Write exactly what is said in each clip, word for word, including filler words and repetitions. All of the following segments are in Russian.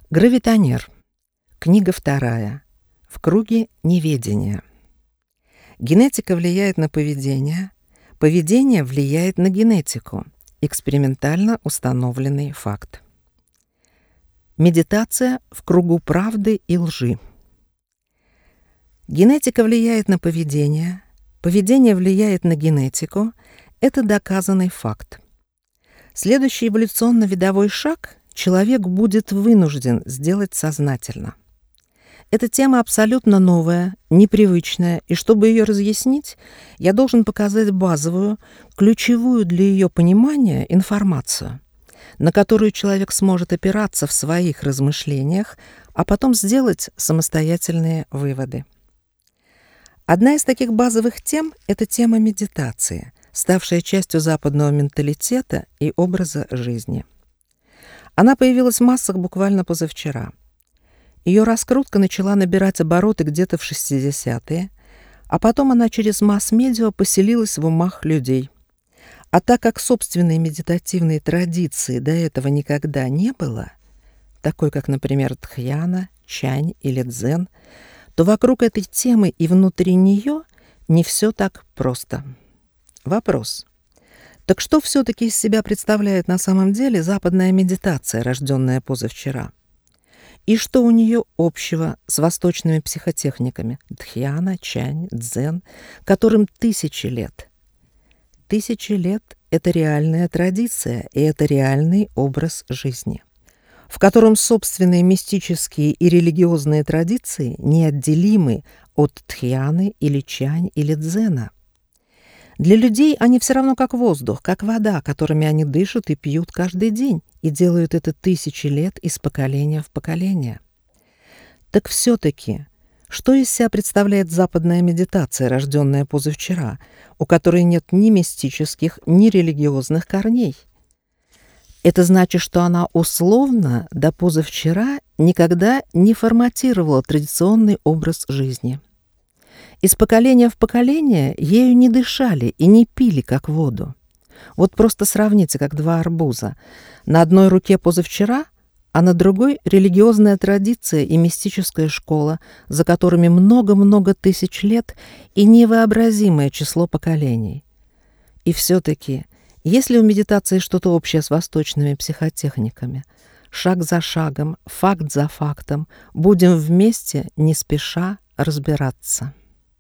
Гравитонер. Книга вторая. В круге неведения. Генетика влияет на поведение. Поведение влияет на генетику. Экспериментально установленный факт. Медитация в кругу правды и лжи. Генетика влияет на поведение. Поведение влияет на генетику. Это доказанный факт. Следующий эволюционно-видовой шаг человек будет вынужден сделать сознательно. Эта тема абсолютно новая, непривычная, и чтобы ее разъяснить, я должен показать базовую, ключевую для ее понимания информацию, на которую человек сможет опираться в своих размышлениях, а потом сделать самостоятельные выводы. Одна из таких базовых тем — это тема медитации, ставшая частью западного менталитета и образа жизни. Она появилась в массах буквально позавчера. Ее раскрутка начала набирать обороты где-то в шестидесятые, а потом она через масс-медиа поселилась в умах людей. А так как собственной медитативной традиции до этого никогда не было, такой как, например, дхьяна, чань или дзен, то вокруг этой темы и внутри нее не все так просто. Вопрос. Так что все-таки из себя представляет на самом деле западная медитация, рожденная позавчера? И что у нее общего с восточными психотехниками дхьяна, чань, дзен, которым тысячи лет? Тысячи лет — это реальная традиция, и это реальный образ жизни, в котором собственные мистические и религиозные традиции неотделимы от дхьяны или чань или дзена. Для людей они все равно как воздух, как вода, которыми они дышат и пьют каждый день, и делают это тысячи лет из поколения в поколение. Так все-таки, что из себя представляет западная медитация, рожденная позавчера, у которой нет ни мистических, ни религиозных корней? Это значит, что она условно до позавчера никогда не форматировала традиционный образ жизни. Из поколения в поколение ею не дышали и не пили, как воду. Вот просто сравните, как два арбуза. На одной руке позавчера, а на другой — религиозная традиция и мистическая школа, за которыми много-много тысяч лет и невообразимое число поколений. И все-таки, есть ли у медитации что-то общее с восточными психотехниками? Шаг за шагом, факт за фактом, будем вместе, не спеша, разбираться.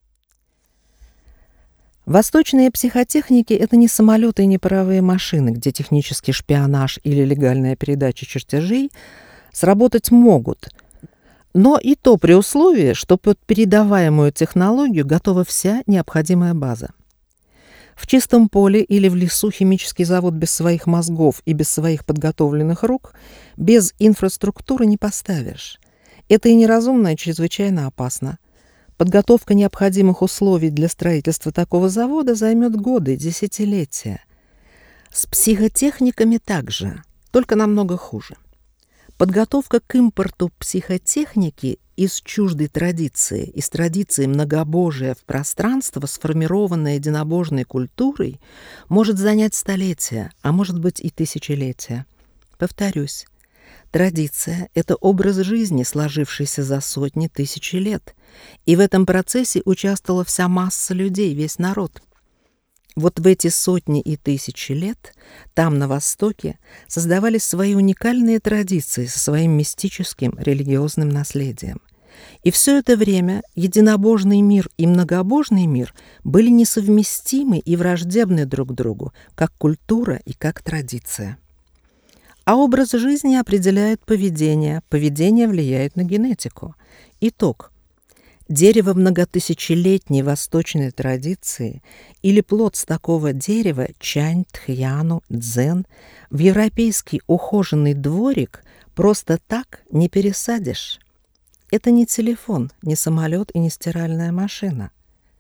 Восточные психотехники — это не самолеты и не паровые машины, где технический шпионаж или легальная передача чертежей сработать могут, но и то при условии, что под передаваемую технологию готова вся необходимая база. В чистом поле или в лесу химический завод без своих мозгов и без своих подготовленных рук без инфраструктуры не поставишь. Это и неразумно, и чрезвычайно опасно. Подготовка необходимых условий для строительства такого завода займет годы, десятилетия. С психотехниками также, только намного хуже. Подготовка к импорту психотехники из чуждой традиции, из традиции многобожия в пространство, сформированное единобожной культурой, может занять столетия, а может быть и тысячелетия. Повторюсь. Традиция — это образ жизни, сложившийся за сотни тысяч лет. И в этом процессе участвовала вся масса людей, весь народ. Вот в эти сотни и тысячи лет там, на Востоке, создавались свои уникальные традиции со своим мистическим религиозным наследием. И все это время единобожный мир и многобожный мир были несовместимы и враждебны друг другу, как культура и как традиция. А образ жизни определяет поведение, поведение влияет на генетику. Итог. Дерево многотысячелетней восточной традиции или плод с такого дерева, чань, дхьяну, дзен, в европейский ухоженный дворик просто так не пересадишь. Это не телефон, не самолет и не стиральная машина.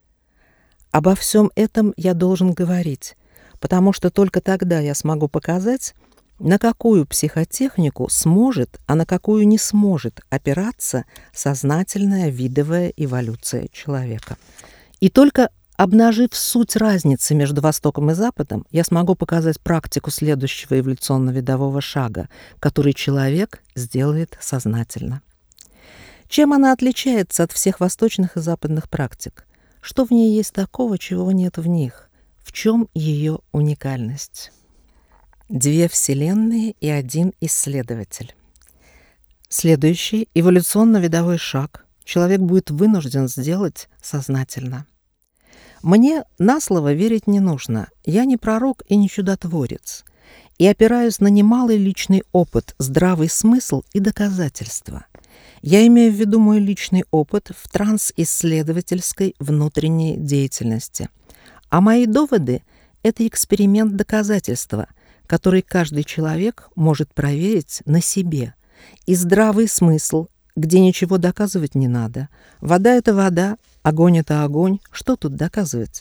Обо всем этом я должен говорить, потому что только тогда я смогу показать, на какую психотехнику сможет, а на какую не сможет опираться сознательная видовая эволюция человека. И только Обнажив суть разницы между Востоком и Западом, я смогу показать практику следующего эволюционно-видового шага, который человек сделает сознательно. Чем она отличается от всех восточных и западных практик? Что в ней есть такого, чего нет в них? В чем ее уникальность? Две вселенные и один исследователь. Следующий эволюционно-видовой шаг человек будет вынужден сделать сознательно. Мне на слово верить не нужно. Я не пророк и не чудотворец. И опираюсь на немалый личный опыт, здравый смысл и доказательства. Я имею в виду мой личный опыт в трансисследовательской внутренней деятельности. А мои доводы — это эксперимент доказательства, который каждый человек может проверить на себе. И здравый смысл, где ничего доказывать не надо. Вода — это вода, огонь — это огонь. Что тут доказывать?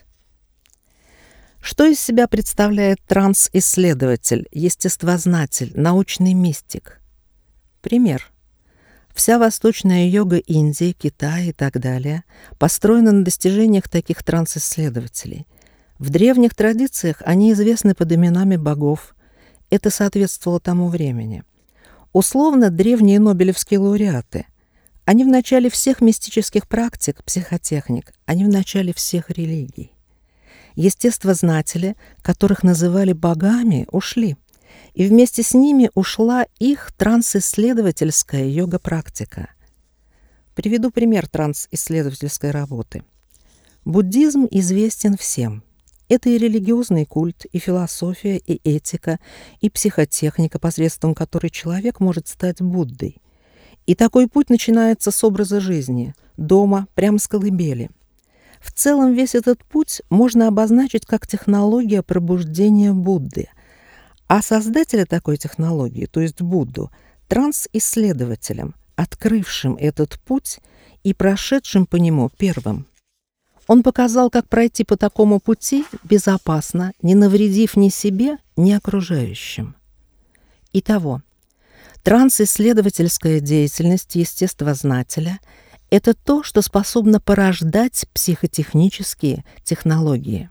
Что из себя представляет трансисследователь, естествознатель, научный мистик? Пример. Вся восточная йога Индии, Китая и так далее построена на достижениях таких трансисследователей. В древних традициях они известны под именами богов. Это соответствовало тому времени. Условно, древние нобелевские лауреаты. Они в начале всех мистических практик, психотехник, они в начале всех религий. Естествознатели, которых называли богами, ушли. И вместе с ними ушла их трансисследовательская йога-практика. Приведу пример трансисследовательской работы. Буддизм известен всем. Это и религиозный культ, и философия, и этика, и психотехника, посредством которой человек может стать Буддой. И такой путь начинается с образа жизни, дома, прямо с колыбели. В целом весь этот путь можно обозначить как технология пробуждения Будды. А создателя такой технологии, то есть Будду, трансисследователем, открывшим этот путь и прошедшим по нему первым. Он показал, как пройти по такому пути безопасно, не навредив ни себе, ни окружающим. Итого, трансисследовательская деятельность естествознателя — это то, что способно порождать психотехнические технологии.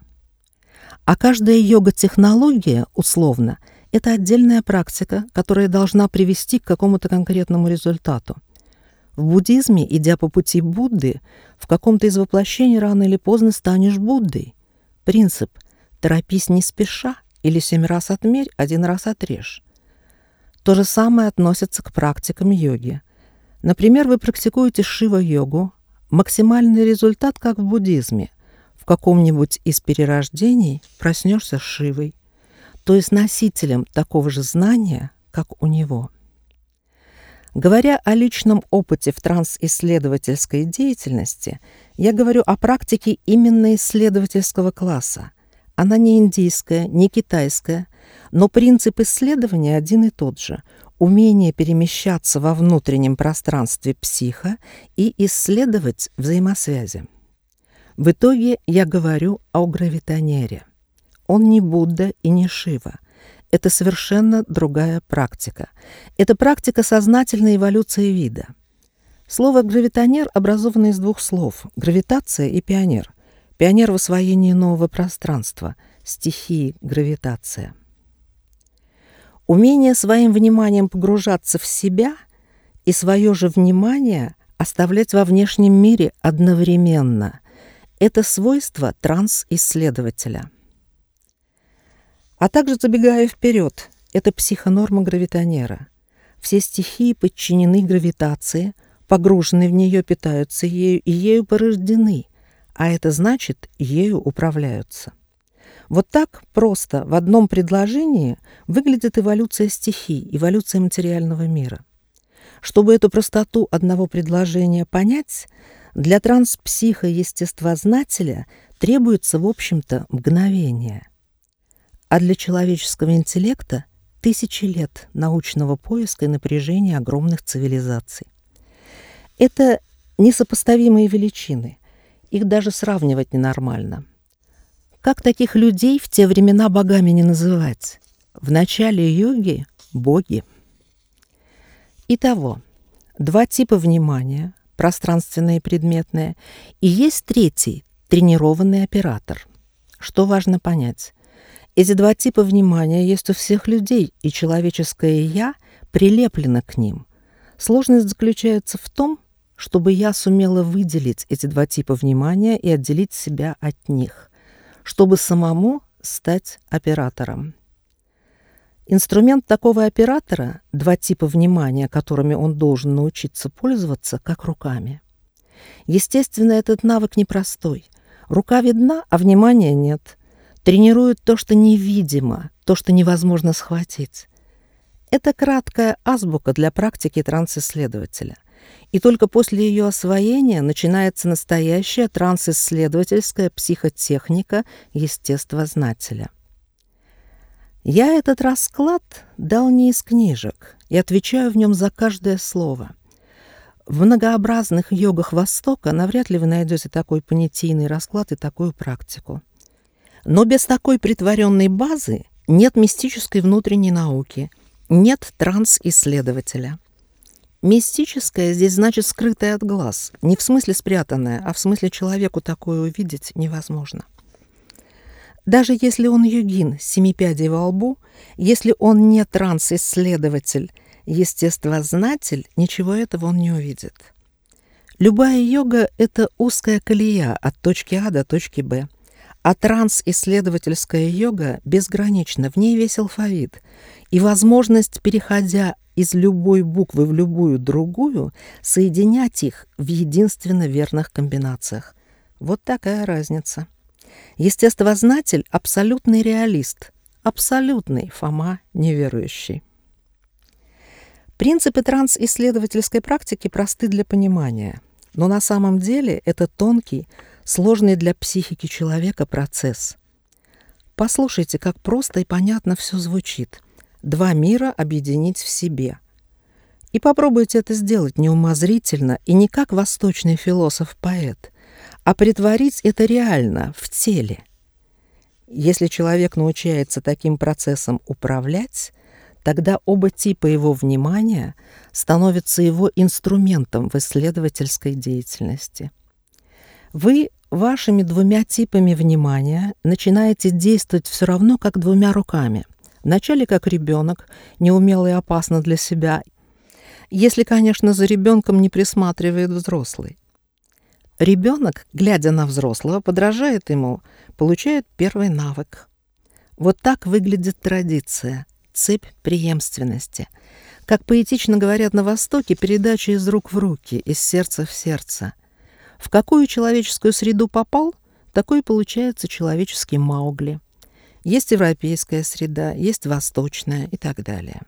А каждая йога-технология, условно, это отдельная практика, которая должна привести к какому-то конкретному результату. В буддизме, идя по пути Будды, в каком-то из воплощений рано или поздно станешь Буддой. Принцип «торопись не спеша» или «семь раз отмерь, один раз отрежь». То же самое относится к практикам йоги. Например, вы практикуете шива-йогу. Максимальный результат, как в буддизме. В каком-нибудь из перерождений проснешься Шивой, то есть носителем такого же знания, как у него. Говоря о личном опыте в трансисследовательской деятельности, я говорю о практике именно исследовательского класса. Она не индийская, не китайская, но принцип исследования один и тот же — умение перемещаться во внутреннем пространстве психа и исследовать взаимосвязи. В итоге я говорю о гравитонере. Он не Будда и не Шива. Это совершенно другая практика. Это практика сознательной эволюции вида. Слово «гравитонер» образовано из двух слов — гравитация и пионер. Пионер в освоении нового пространства, стихии гравитация. Умение своим вниманием погружаться в себя и свое же внимание оставлять во внешнем мире одновременно — это свойство трансисследователя. А также, забегая вперед, это психонорма гравитонера. Все стихии подчинены гравитации, погружены в нее, питаются ею и ею порождены, а это значит, ею управляются. Вот так просто в одном предложении выглядит эволюция стихий, эволюция материального мира. Чтобы эту простоту одного предложения понять, для транспсихо-естествознателя требуется, в общем-то, мгновение. А для человеческого интеллекта — тысячи лет научного поиска и напряжения огромных цивилизаций. Это несопоставимые величины. Их даже сравнивать ненормально. Как таких людей в те времена богами не называть? В начале йоги — боги. Итого, два типа внимания — пространственное и предметное, и есть третий, тренированный оператор. Что важно понять? Эти два типа внимания есть у всех людей, и человеческое «я» прилеплено к ним. Сложность заключается в том, чтобы я сумела выделить эти два типа внимания и отделить себя от них, чтобы самому стать оператором. Инструмент такого оператора, два типа внимания, которыми он должен научиться пользоваться, как руками. Естественно, этот навык непростой. Рука видна, а внимания нет. Тренирует то, что невидимо, то, что невозможно схватить. Это краткая азбука для практики трансисследователя. И только после ее освоения начинается настоящая трансисследовательская психотехника естествознателя. Я этот расклад дал не из книжек и отвечаю в нем за каждое слово. В многообразных йогах Востока навряд ли вы найдете такой понятийный расклад и такую практику. Но без такой притворенной базы нет мистической внутренней науки, нет трансисследователя. Мистическое здесь значит скрытое от глаз, не в смысле спрятанное, а в смысле человеку такое увидеть невозможно. Даже если он йогин с семи пядей во лбу, если он не трансисследователь, естествознатель, ничего этого он не увидит. Любая йога — это узкая колея от точки А до точки Б, а трансисследовательская йога безгранична, в ней весь алфавит, и возможность, переходя из любой буквы в любую другую, соединять их в единственно верных комбинациях. Вот такая разница. Естествознатель — абсолютный реалист, абсолютный Фома неверующий. Принципы трансисследовательской практики просты для понимания, но на самом деле это тонкий, сложный для психики человека процесс. Послушайте, как просто и понятно все звучит. Два мира объединить в себе. И попробуйте это сделать не умозрительно и не как восточный философ-поэт, а притворить это реально, в теле. Если человек научается таким процессом управлять, тогда оба типа его внимания становятся его инструментом в исследовательской деятельности. Вы вашими двумя типами внимания начинаете действовать все равно, как двумя руками. Вначале как ребенок, неумело и опасно для себя, если, конечно, за ребенком не присматривает взрослый. Ребенок, глядя на взрослого, подражает ему, получает первый навык. Вот так выглядит традиция, цепь преемственности. Как поэтично говорят на Востоке, передача из рук в руки, из сердца в сердце. В какую человеческую среду попал, такой получается человеческий Маугли. Есть европейская среда, есть восточная и так далее.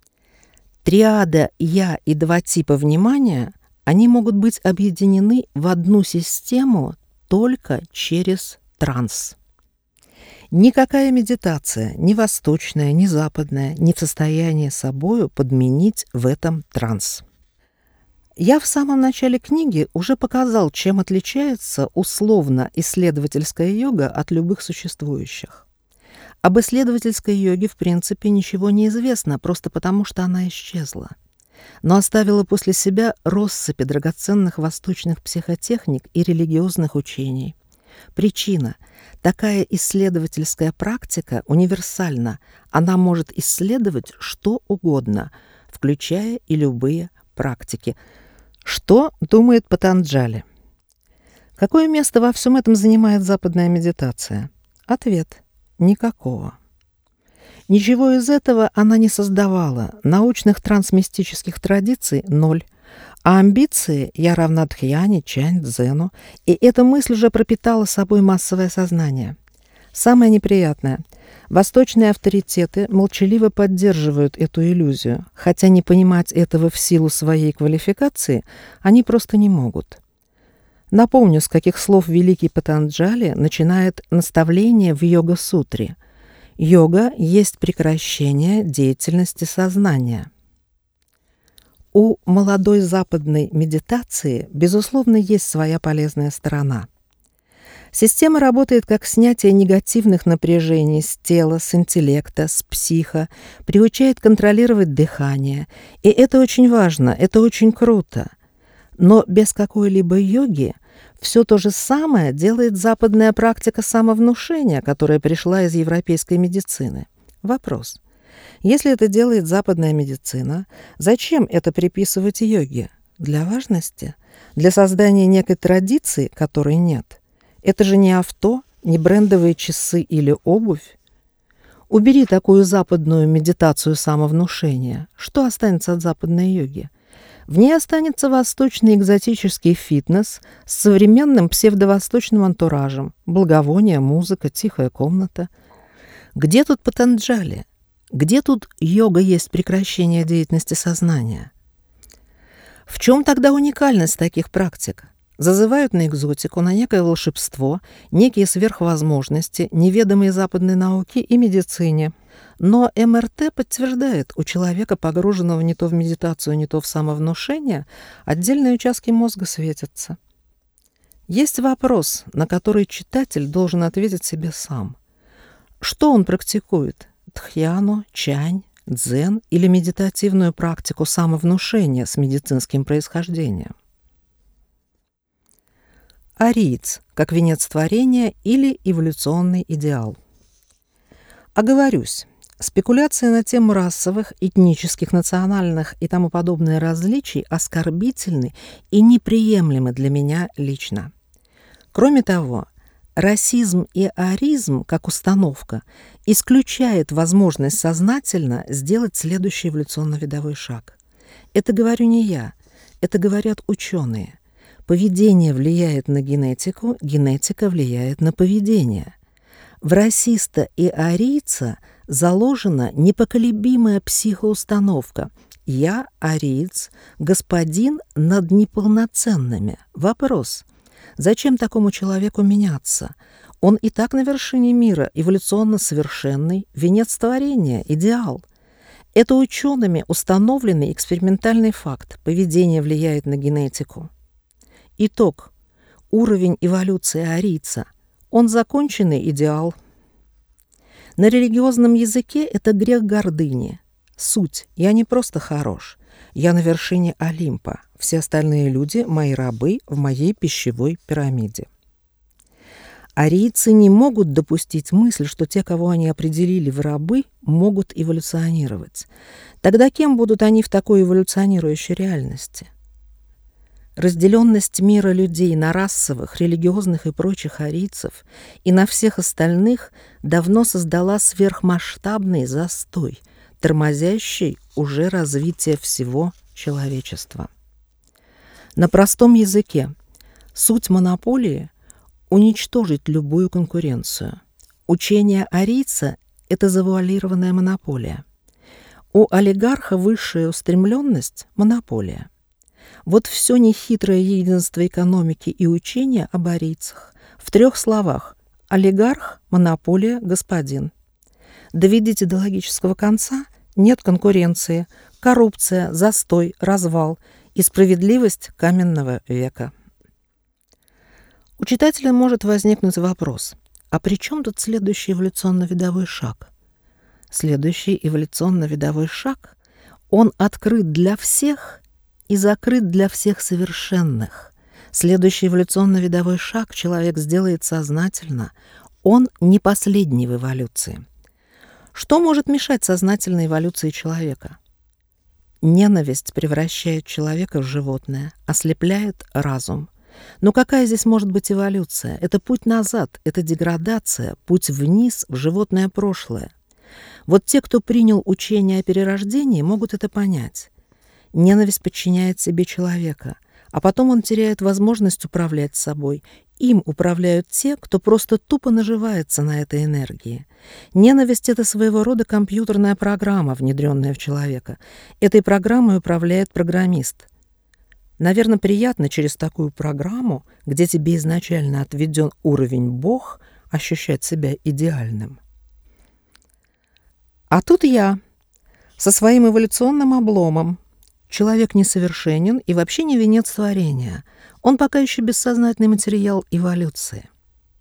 Триада «я» и два типа внимания, они могут быть объединены в одну систему только через транс. Никакая медитация, ни восточная, ни западная, не в состоянии собою подменить в этом транс. Я в самом начале книги уже показал, чем отличается условно-исследовательская йога от любых существующих. Об исследовательской йоге в принципе ничего не известно, просто потому что она исчезла, но оставила после себя россыпи драгоценных восточных психотехник и религиозных учений. Причина – такая исследовательская практика универсальна, она может исследовать что угодно, включая и любые практики. Что думает Патанджали? Какое место во всем этом занимает западная медитация? Ответ – никакого. Ничего из этого она не создавала, научных трансмистических традиций – ноль, а амбиции «я равна Дхьяне, Чань, Дзену», и эта мысль уже пропитала собой массовое сознание. Самое неприятное – восточные авторитеты молчаливо поддерживают эту иллюзию, хотя не понимать этого в силу своей квалификации они просто не могут. Напомню, с каких слов великий Патанджали начинает наставление в йога-сутре. Йога есть прекращение деятельности сознания. У молодой западной медитации, безусловно, есть своя полезная сторона. Система работает как снятие негативных напряжений с тела, с интеллекта, с психа, приучает контролировать дыхание. И это очень важно, это очень круто. Но без какой-либо йоги Все то же самое делает западная практика самовнушения, которая пришла из европейской медицины. Вопрос. Если это делает западная медицина, зачем это приписывать йоге? Для важности? Для создания некой традиции, которой нет? Это же не авто, не брендовые часы или обувь. Убери такую западную медитацию самовнушения. Что останется от западной йоги? В ней останется восточный экзотический фитнес с современным псевдовосточным антуражем, благовония, музыка, тихая комната. Где тут Патанджали? Где тут йога есть прекращение деятельности сознания? В чем тогда уникальность таких практик? Зазывают на экзотику, на некое волшебство, некие сверхвозможности, неведомые западной науке и медицине. Но эм эр тэ подтверждает, у человека, погруженного не то в медитацию, не то в самовнушение, отдельные участки мозга светятся. Есть вопрос, на который читатель должен ответить себе сам. Что он практикует? Дхьяну, чань, дзен или медитативную практику самовнушения с медицинским происхождением? Ариец, как венец творения или эволюционный идеал. Оговорюсь, спекуляции на тему расовых, этнических, национальных и тому подобное различий оскорбительны и неприемлемы для меня лично. Кроме того, расизм и аризм, как установка, исключает возможность сознательно сделать следующий эволюционно-видовой шаг. Это говорю не я, это говорят ученые. Поведение влияет на генетику, генетика влияет на поведение. В расиста и арийца заложена непоколебимая психоустановка «я, ариец, господин над неполноценными». Вопрос. Зачем такому человеку меняться? Он и так на вершине мира, эволюционно совершенный, венец творения, идеал. Это учеными установленный экспериментальный факт. Поведение влияет на генетику. Итог. Уровень эволюции арийца. Он законченный идеал. На религиозном языке это грех гордыни. Суть. Я не просто хорош. Я на вершине Олимпа. Все остальные люди – мои рабы в моей пищевой пирамиде. Арийцы не могут допустить мысль, что те, кого они определили в рабы, могут эволюционировать. Тогда кем будут они в такой эволюционирующей реальности? Разделенность мира людей на расовых, религиозных и прочих арийцев и на всех остальных давно создала сверхмасштабный застой, тормозящий уже развитие всего человечества. На простом языке суть монополии – уничтожить любую конкуренцию. Учение арийца – это завуалированная монополия. У олигарха высшая устремленность – монополия. Вот все нехитрое единство экономики и учения об арийцах. В трех словах – олигарх, монополия, господин. Доведите до логического конца – нет конкуренции, коррупция, застой, развал и справедливость каменного века. У читателя может возникнуть вопрос, а при чем тут следующий эволюционно-видовой шаг? Следующий эволюционно-видовой шаг, он открыт для всех и закрыт для всех совершенных. Следующий эволюционно-видовой шаг человек сделает сознательно, он не последний в эволюции. Что может мешать сознательной эволюции человека? Ненависть превращает человека в животное, ослепляет разум. Но какая здесь может быть эволюция? Это путь назад, это деградация, путь вниз в животное прошлое. Вот те, кто принял учение о перерождении, могут это понять. Ненависть подчиняет себе человека, а потом он теряет возможность управлять собой. Им управляют те, кто просто тупо наживается на этой энергии. Ненависть — это своего рода компьютерная программа, внедренная в человека. Этой программой управляет программист. Наверное, приятно через такую программу, где тебе изначально отведен уровень Бог, ощущать себя идеальным. А тут я, со своим эволюционным обломом. Человек несовершенен и вообще не венец творения. Он пока еще бессознательный материал эволюции.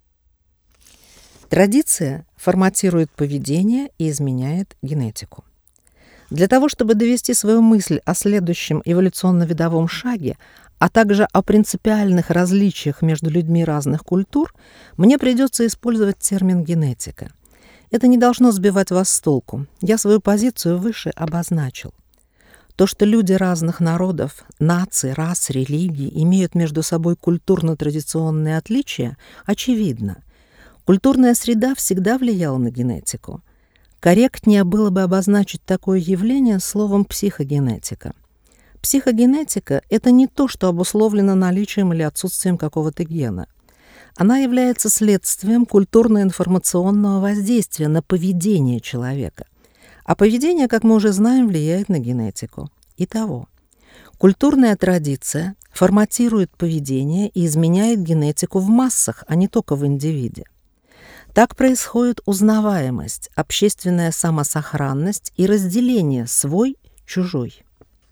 Традиция форматирует поведение и изменяет генетику. Для того, чтобы довести свою мысль о следующем эволюционно-видовом шаге, а также о принципиальных различиях между людьми разных культур, мне придется использовать термин «генетика». Это не должно сбивать вас с толку. Я свою позицию выше обозначил. То, что люди разных народов, наций, рас, религий имеют между собой культурно-традиционные отличия, очевидно. Культурная среда всегда влияла на генетику. Корректнее было бы обозначить такое явление словом «психогенетика». Психогенетика — это не то, что обусловлено наличием или отсутствием какого-то гена. Она является следствием культурно-информационного воздействия на поведение человека. А поведение, как мы уже знаем, влияет на генетику. Итого, культурная традиция форматирует поведение и изменяет генетику в массах, а не только в индивиде. Так происходит узнаваемость, общественная самосохранность и разделение свой-чужой.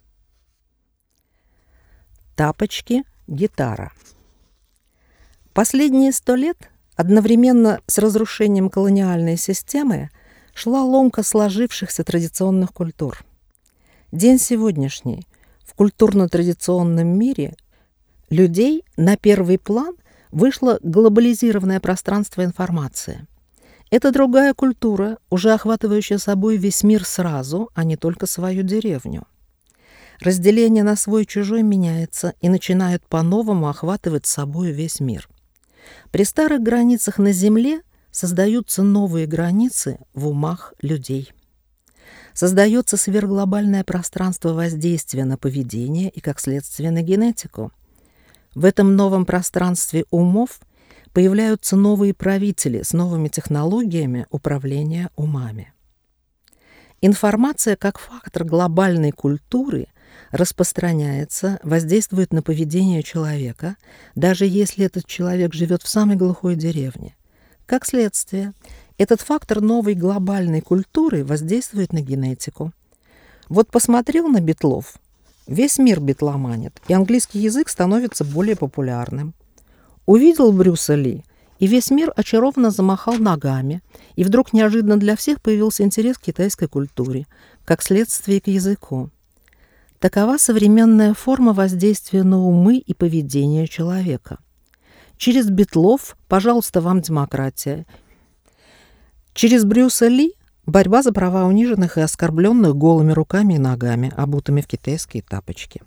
Тапочки, гитара. Последние сто лет, одновременно с разрушением колониальной системы, шла ломка сложившихся традиционных культур. День сегодняшний в культурно-традиционном мире людей на первый план вышло глобализированное пространство информации. Это другая культура, уже охватывающая собой весь мир сразу, а не только свою деревню. Разделение на свой-чужой меняется и начинает по-новому охватывать собой весь мир. При старых границах на Земле создаются новые границы в умах людей. Создается сверхглобальное пространство воздействия на поведение и, как следствие, на генетику. В этом новом пространстве умов появляются новые правители с новыми технологиями управления умами. Информация как фактор глобальной культуры распространяется, воздействует на поведение человека, даже если этот человек живет в самой глухой деревне. Как следствие, этот фактор новой глобальной культуры воздействует на генетику. Вот посмотрел на битлов, весь мир битломанит, и английский язык становится более популярным. Увидел Брюса Ли, и весь мир очарованно замахал ногами, и вдруг неожиданно для всех появился интерес к китайской культуре, как следствие к языку. Такова современная форма воздействия на умы и поведение человека. Через битлов, пожалуйста, вам демократия. Через Брюса Ли борьба за права униженных и оскорбленных голыми руками и ногами, обутыми в китайские тапочки.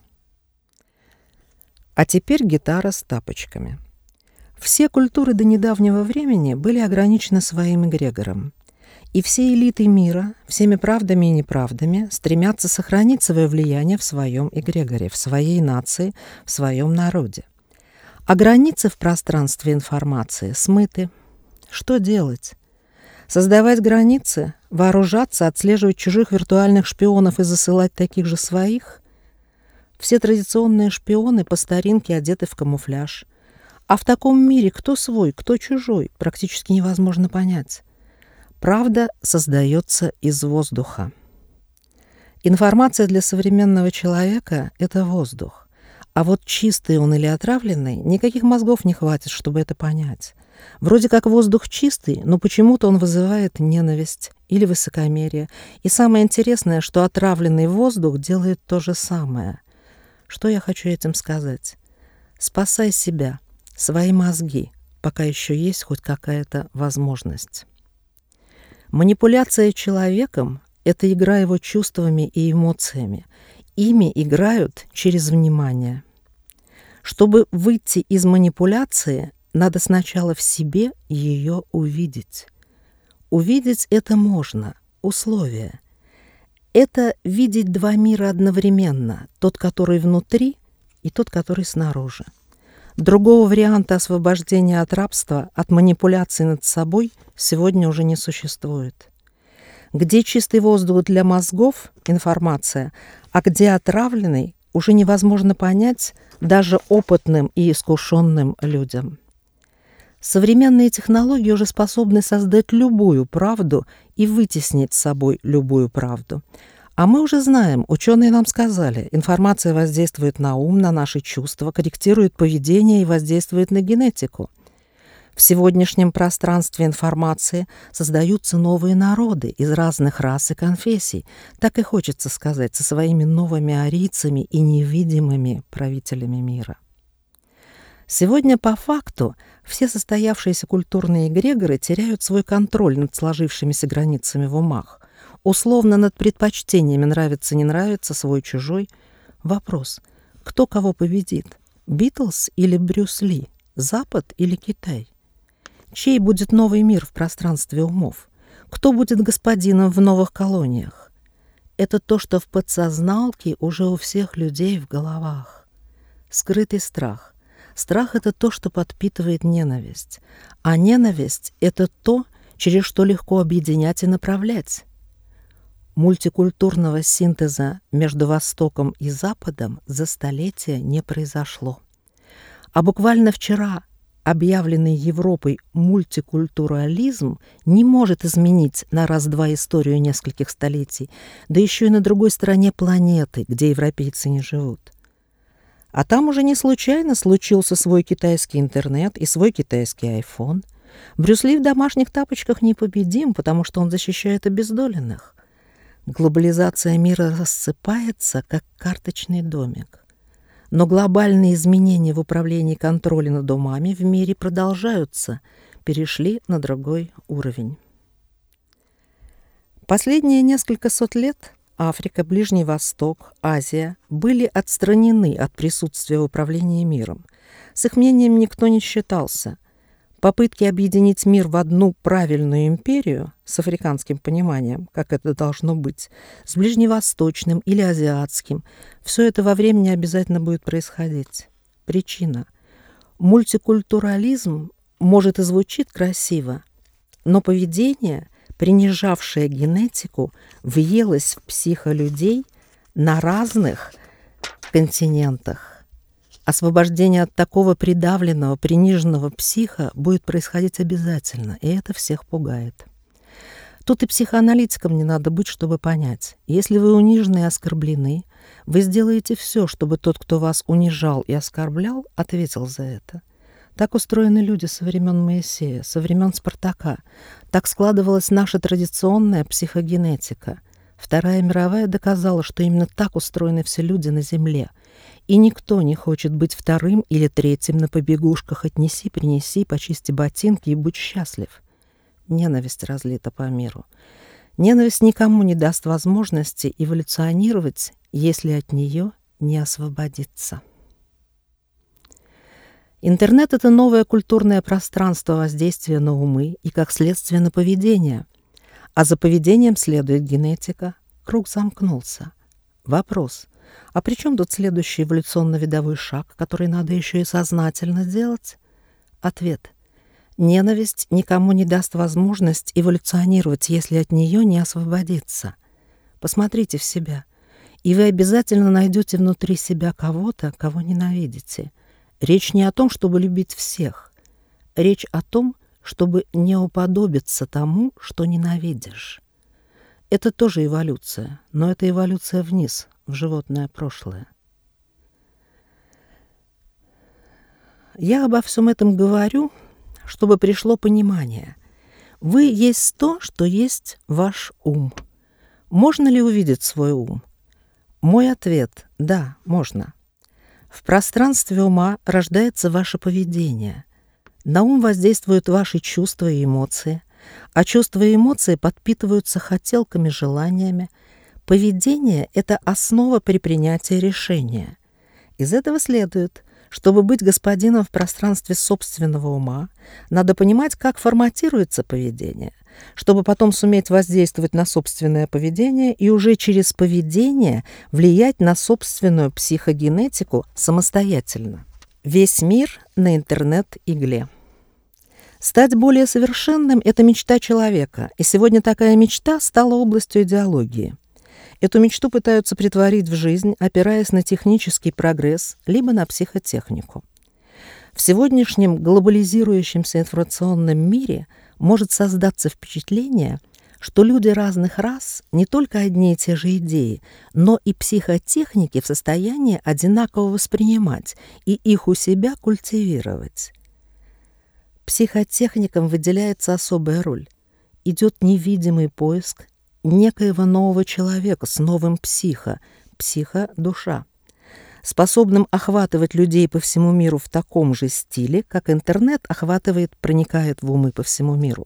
А теперь гитара с тапочками. Все культуры до недавнего времени были ограничены своим эгрегором. И все элиты мира, всеми правдами и неправдами, стремятся сохранить свое влияние в своем эгрегоре, в своей нации, в своем народе. А границы в пространстве информации смыты. Что делать? Создавать границы, вооружаться, отслеживать чужих виртуальных шпионов и засылать таких же своих? Все традиционные шпионы по старинке одеты в камуфляж. А в таком мире кто свой, кто чужой, практически невозможно понять. Правда создается из воздуха. Информация для современного человека — это воздух. А вот чистый он или отравленный, никаких мозгов не хватит, чтобы это понять. Вроде как воздух чистый, но почему-то он вызывает ненависть или высокомерие. И самое интересное, что отравленный воздух делает то же самое. Что я хочу этим сказать? Спасай себя, свои мозги, пока еще есть хоть какая-то возможность. Манипуляция человеком — это игра его чувствами и эмоциями. Ими играют через внимание. Чтобы выйти из манипуляции, надо сначала в себе ее увидеть. Увидеть это можно, условие. Это видеть два мира одновременно, тот, который внутри, и тот, который снаружи. Другого варианта освобождения от рабства, от манипуляций над собой сегодня уже не существует. Где чистый воздух для мозгов, информация, а где отравленный, уже невозможно понять даже опытным и искушенным людям. Современные технологии уже способны создать любую правду и вытеснить с собой любую правду. А мы уже знаем, ученые нам сказали, информация воздействует на ум, на наши чувства, корректирует поведение и воздействует на генетику. В сегодняшнем пространстве информации создаются новые народы из разных рас и конфессий, так и хочется сказать, со своими новыми арийцами и невидимыми правителями мира. Сегодня по факту все состоявшиеся культурные эгрегоры теряют свой контроль над сложившимися границами в умах, условно над предпочтениями нравится-не нравится, свой-чужой. Вопрос: кто кого победит? Битлз или Брюс Ли? Запад или Китай? Чей будет новый мир в пространстве умов? Кто будет господином в новых колониях? Это то, что в подсозналке уже у всех людей в головах. Скрытый страх. Страх — это то, что подпитывает ненависть. А ненависть — это то, через что легко объединять и направлять. Мультикультурного синтеза между Востоком и Западом за столетия не произошло. А буквально вчера объявленный Европой мультикультурализм не может изменить на раз-два историю нескольких столетий, да еще и на другой стороне планеты, где европейцы не живут. А там уже не случайно случился свой китайский интернет и свой китайский айфон. Брюс Ли в домашних тапочках непобедим, потому что он защищает обездоленных. Глобализация мира рассыпается, как карточный домик. Но глобальные изменения в управлении контролем над умами в мире продолжаются, перешли на другой уровень. Последние несколько сот лет Африка, Ближний Восток, Азия были отстранены от присутствия в управлении миром. С их мнением никто не считался. Попытки объединить мир в одну правильную империю с африканским пониманием, как это должно быть, с ближневосточным или азиатским, все это во времени обязательно будет происходить. Причина. Мультикультурализм, может, и звучит красиво, но поведение, принижавшее генетику, въелось в психо людей на разных континентах. Освобождение от такого придавленного, приниженного психа будет происходить обязательно, и это всех пугает. Тут и психоаналитикам не надо быть, чтобы понять. Если вы унижены и оскорблены, вы сделаете все, чтобы тот, кто вас унижал и оскорблял, ответил за это. Так устроены люди со времен Моисея, со времен Спартака. Так складывалась наша традиционная психогенетика. Вторая мировая доказала, что именно так устроены все люди на Земле. И никто не хочет быть вторым или третьим на побегушках «отнеси, принеси, почисти ботинки и будь счастлив». Ненависть разлита по миру. Ненависть никому не даст возможности эволюционировать, если от нее не освободиться. Интернет — это новое культурное пространство воздействия на умы и, как следствие, на поведение. А за поведением следует генетика. Круг замкнулся. Вопрос: а при чем тут следующий эволюционно-видовой шаг, который надо еще и сознательно делать? Ответ: ненависть никому не даст возможность эволюционировать, если от нее не освободиться. Посмотрите в себя, и вы обязательно найдете внутри себя кого-то, кого ненавидите. Речь не о том, чтобы любить всех. Речь о том, чтобы не уподобиться тому, что ненавидишь. Это тоже эволюция, но это эволюция вниз, в животное прошлое. Я обо всем этом говорю, чтобы пришло понимание. Вы есть то, что есть ваш ум. Можно ли увидеть свой ум? Мой ответ – да, можно. В пространстве ума рождается ваше поведение. На ум воздействуют ваши чувства и эмоции, а чувства и эмоции подпитываются хотелками, желаниями. Поведение — это основа при принятии решения. Из этого следует, чтобы быть господином в пространстве собственного ума, надо понимать, как форматируется поведение, чтобы потом суметь воздействовать на собственное поведение и уже через поведение влиять на собственную психогенетику самостоятельно. Весь мир на интернет-игле. Стать более совершенным — это мечта человека, и сегодня такая мечта стала областью идеологии. Эту мечту пытаются претворить в жизнь, опираясь на технический прогресс, либо на психотехнику. В сегодняшнем глобализирующемся информационном мире может создаться впечатление, что люди разных рас не только одни и те же идеи, но и психотехники в состоянии одинаково воспринимать и их у себя культивировать. психотехникам выделяется особая роль. Идет невидимый поиск некоего нового человека с новым психо, психо-душа, способным охватывать людей по всему миру в таком же стиле, как интернет охватывает, проникает в умы по всему миру.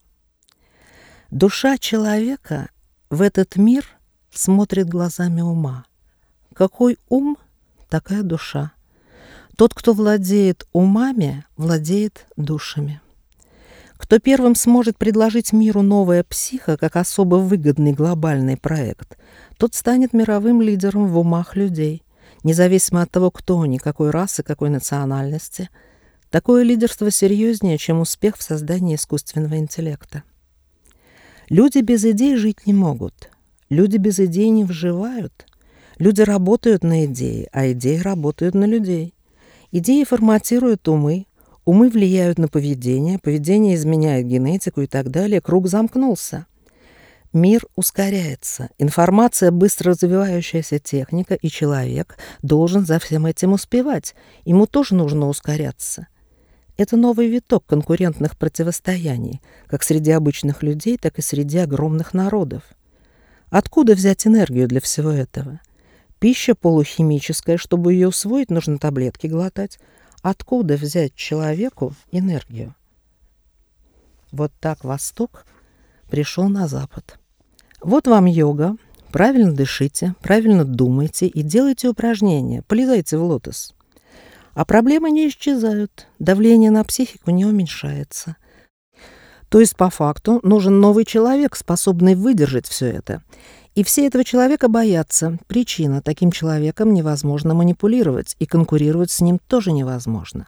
Душа человека в этот мир смотрит глазами ума. Какой ум, такая душа. Тот, кто владеет умами, владеет душами. Кто первым сможет предложить миру новое психо как особо выгодный глобальный проект, тот станет мировым лидером в умах людей, независимо от того, кто они, какой расы, какой национальности. Такое лидерство серьезнее, чем успех в создании искусственного интеллекта. Люди без идей жить не могут. Люди без идей не выживают. Люди работают на идеи, а идеи работают на людей. Идеи форматируют умы, умы влияют на поведение, поведение изменяет генетику и так далее. Круг замкнулся. Мир ускоряется. Информация — быстро развивающаяся техника, и человек должен за всем этим успевать. Ему тоже нужно ускоряться. Это новый виток конкурентных противостояний, как среди обычных людей, так и среди огромных народов. Откуда взять энергию для всего этого? Пища полухимическая, чтобы ее усвоить, нужно таблетки глотать. Откуда взять человеку энергию? Вот так Восток пришел на Запад. Вот вам йога. Правильно дышите, правильно думайте и делайте упражнения. Полезайте в лотос. А проблемы не исчезают. Давление на психику не уменьшается. То есть, по факту, нужен новый человек, способный выдержать все это. И все этого человека боятся. Причина: таким человеком невозможно манипулировать, и конкурировать с ним тоже невозможно.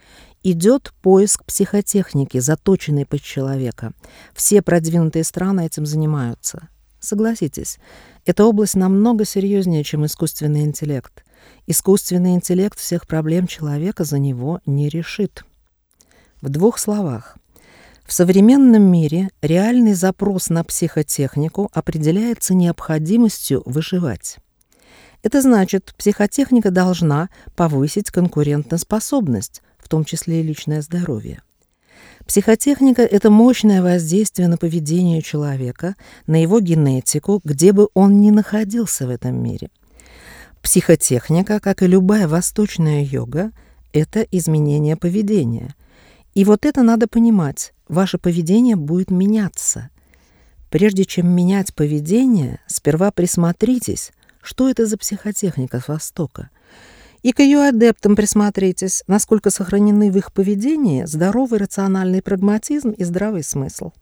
Идет поиск психотехники, заточенной под человека. Все продвинутые страны этим занимаются. Согласитесь, эта область намного серьезнее, чем искусственный интеллект. Искусственный интеллект всех проблем человека за него не решит. В двух словах. В современном мире реальный запрос на психотехнику определяется необходимостью выживать. Это значит, психотехника должна повысить конкурентоспособность, в том числе и личное здоровье. Психотехника — это мощное воздействие на поведение человека, на его генетику, где бы он ни находился в этом мире. Психотехника, как и любая восточная йога, это изменение поведения. И вот это надо понимать. Ваше поведение будет меняться. Прежде чем менять поведение, сперва присмотритесь, что это за психотехника с Востока. И к ее адептам присмотритесь, насколько сохранены в их поведении здоровый рациональный прагматизм и здравый смысл.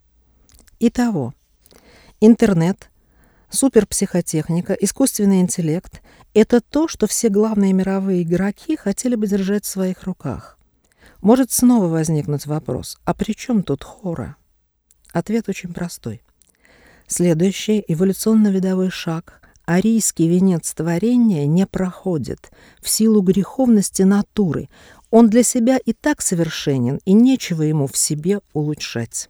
Итого, интернет, суперпсихотехника, искусственный интеллект — это то, что все главные мировые игроки хотели бы держать в своих руках. Может снова возникнуть вопрос: а при чем тут хора? Ответ очень простой. Следующий эволюционно-видовой шаг — арийский венец творения не проходит в силу греховности натуры. Он для себя и так совершенен, и нечего ему в себе улучшать.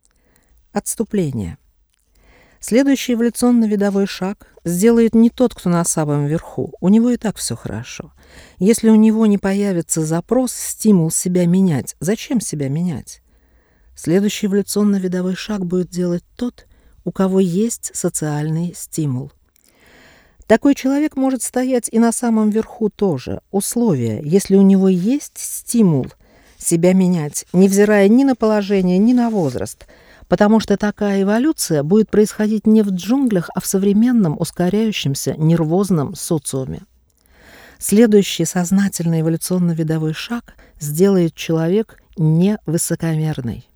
Отступление. Следующий эволюционно-видовой шаг сделает не тот, кто на самом верху. У него и так все хорошо. Если у него не появится запрос, стимул себя менять, зачем себя менять? Следующий эволюционно-видовой шаг будет делать тот, у кого есть социальный стимул. Такой человек может стоять и на самом верху тоже. Условие: если у него есть стимул себя менять, невзирая ни на положение, ни на возраст, потому что такая эволюция будет происходить не в джунглях, а в современном ускоряющемся нервозном социуме. Следующий сознательный эволюционно-видовой шаг сделает человек невысокомерный.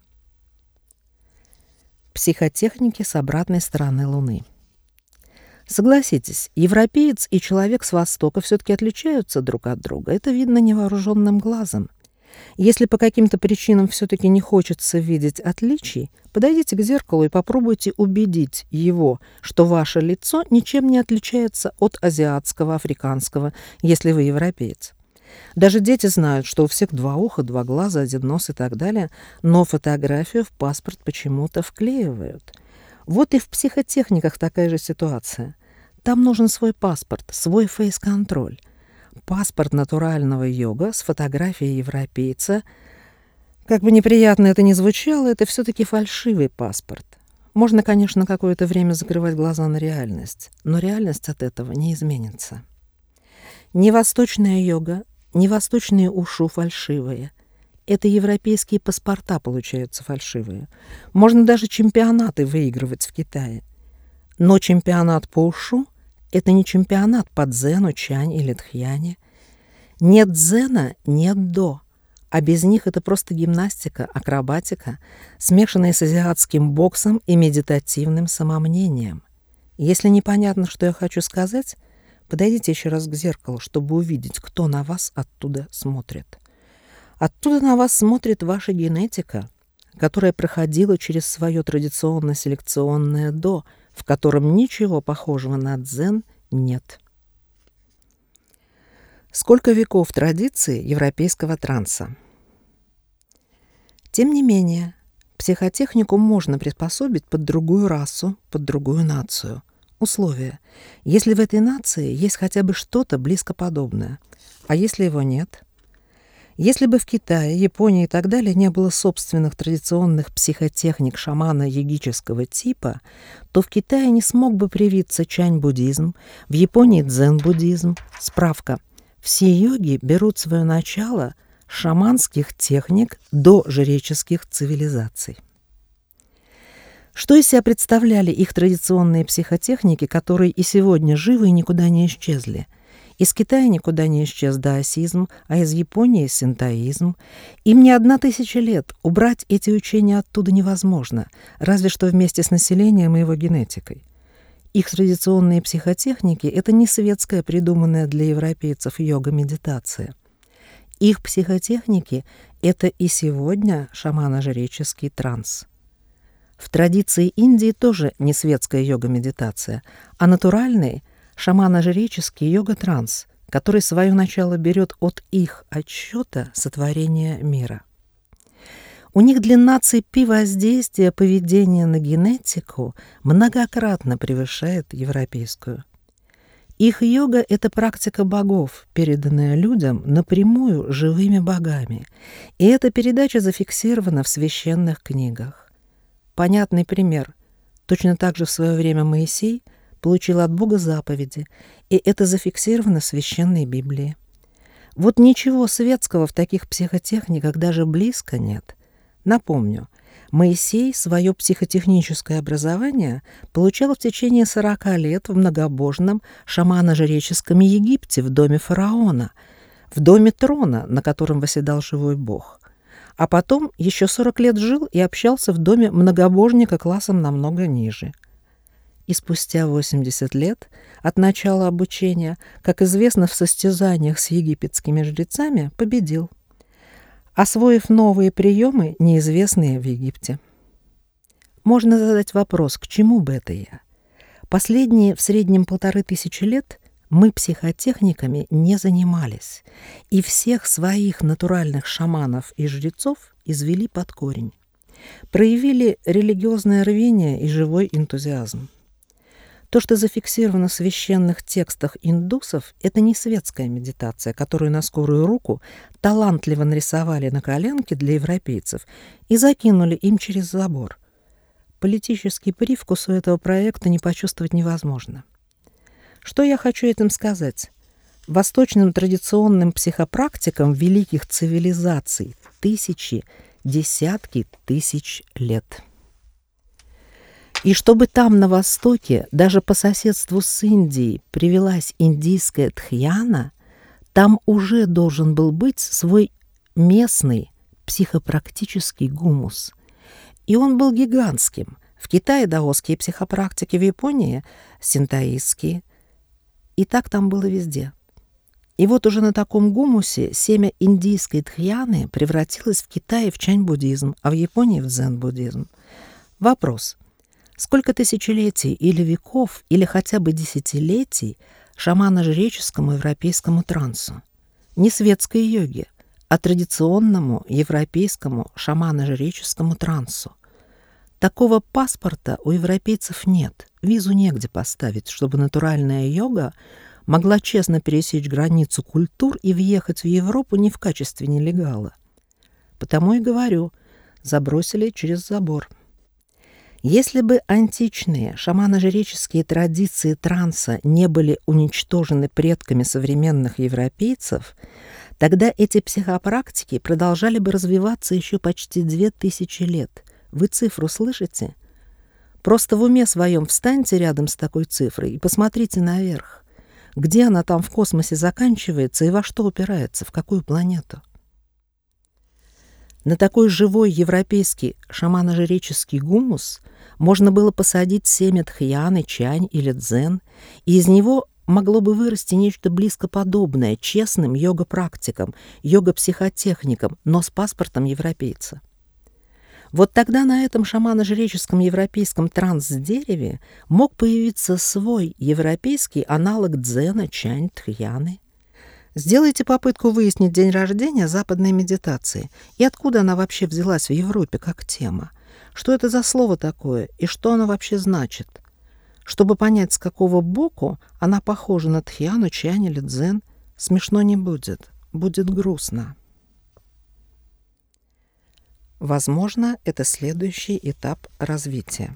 Психотехники с обратной стороны Луны. Согласитесь, европеец и человек с Востока все-таки отличаются друг от друга. Это видно невооруженным глазом. Если по каким-то причинам все-таки не хочется видеть отличий, подойдите к зеркалу и попробуйте убедить его, что ваше лицо ничем не отличается от азиатского, африканского, если вы европеец. Даже дети знают, что у всех два уха, два глаза, один нос и так далее, но фотографию в паспорт почему-то вклеивают. Вот и в психотехниках такая же ситуация. Там нужен свой паспорт, свой фейс-контроль. Паспорт натурального йога с фотографией европейца, Как бы неприятно это ни звучало, это все-таки фальшивый паспорт. Можно, конечно, какое-то время закрывать глаза на реальность, но реальность от этого не изменится. Ни восточная йога, ни восточные ушу фальшивые. Это европейские паспорта получаются фальшивые. Можно даже чемпионаты выигрывать в Китае. Но чемпионат по ушу — это не чемпионат по дзену, чань или тхьяне. Нет дзена — нет до. А без них это просто гимнастика, акробатика, смешанная с азиатским боксом и медитативным самомнением. Если непонятно, что я хочу сказать, подойдите еще раз к зеркалу, чтобы увидеть, кто на вас оттуда смотрит. Оттуда на вас смотрит ваша генетика, которая проходила через свое традиционно-селекционное «до», в котором ничего похожего на дзен нет. Сколько веков традиции европейского транса? Тем не менее, психотехнику можно приспособить под другую расу, под другую нацию. Условия. Если в этой нации есть хотя бы что-то близко подобное. А если его нет? Если бы в Китае, Японии и так далее не было собственных традиционных психотехник шамана-йогического типа, то в Китае не смог бы привиться чань-буддизм, в Японии дзен-буддизм. Справка. Все йоги берут свое начало с шаманских техник до жреческих цивилизаций. Что из себя представляли их традиционные психотехники, которые и сегодня живы и никуда не исчезли? Из Китая никуда не исчез даосизм, а из Японии — синтоизм. Им не одна тысяча лет. Убрать эти учения оттуда невозможно, разве что вместе с населением и его генетикой. Их традиционные психотехники — это не светская, придуманная для европейцев йога-медитация. Их психотехники — это и сегодня шамано-жреческий транс. В традиции Индии тоже не светская йога-медитация, а натуральный шамано-жреческий йога-транс, который свое начало берет от их отсчета сотворения мира. У них длина цепи воздействия поведения на генетику многократно превышает европейскую. Их йога — это практика богов, переданная людям напрямую живыми богами, и эта передача зафиксирована в священных книгах. Понятный пример. Точно так же в свое время Моисей получил от Бога заповеди, и это зафиксировано в священной Библии. Вот ничего светского в таких психотехниках даже близко нет. Напомню, Моисей свое психотехническое образование получал в течение сорока лет в многобожном шамано-жреческом Египте в доме фараона, в доме трона, на котором восседал живой бог. А потом еще сорок лет жил и общался в доме многобожника классом намного ниже. И спустя восемьдесят лет от начала обучения, как известно, в состязаниях с египетскими жрецами победил, освоив новые приемы, неизвестные в Египте. Можно задать вопрос, к чему бы это я? Последние в среднем полторы тысячи лет мы психотехниками не занимались, и всех своих натуральных шаманов и жрецов извели под корень. Проявили религиозное рвение и живой энтузиазм. То, что зафиксировано в священных текстах индусов, это не светская медитация, которую на скорую руку талантливо нарисовали на коленке для европейцев и закинули им через забор. Политический привкус у этого проекта не почувствовать невозможно. Что я хочу этим сказать? Восточным традиционным психопрактикам великих цивилизаций тысячи, десятки тысяч лет. И чтобы там, на Востоке, даже по соседству с Индией, привелась индийская тхьяна, там уже должен был быть свой местный психопрактический гумус. И он был гигантским. В Китае даосские психопрактики, в Японии синтоистские. И так там было везде. И вот уже на таком гумусе семя индийской тхьяны превратилось в Китае в чань-буддизм, а в Японии в дзен-буддизм. Вопрос. Сколько тысячелетий или веков, или хотя бы десятилетий шамано-жреческому европейскому трансу? Не светской йоге, а традиционному европейскому шамано-жреческому трансу. Такого паспорта у европейцев нет, визу негде поставить, чтобы натуральная йога могла честно пересечь границу культур и въехать в Европу не в качестве нелегала. Потому и говорю, забросили через забор. Если бы античные шамано-жреческие традиции транса не были уничтожены предками современных европейцев, тогда эти психопрактики продолжали бы развиваться еще почти две тысячи лет. Вы цифру слышите? Просто в уме своем встаньте рядом с такой цифрой и посмотрите наверх. Где она там в космосе заканчивается и во что упирается, в какую планету? На такой живой европейский шамано-жреческий гумус можно было посадить семя тхьяны, чань или дзен, и из него могло бы вырасти нечто близко подобное честным йога-практикам, йога-психотехникам, но с паспортом европейца. Вот тогда на этом шамано-жреческом европейском транс-дереве мог появиться свой европейский аналог дзена, чань, тхьяны. Сделайте попытку выяснить день рождения западной медитации и откуда она вообще взялась в Европе как тема. Что это за слово такое и что оно вообще значит? Чтобы понять, с какого боку она похожа на тхьяну, чань или дзен, смешно не будет, будет грустно. Возможно, это следующий этап развития.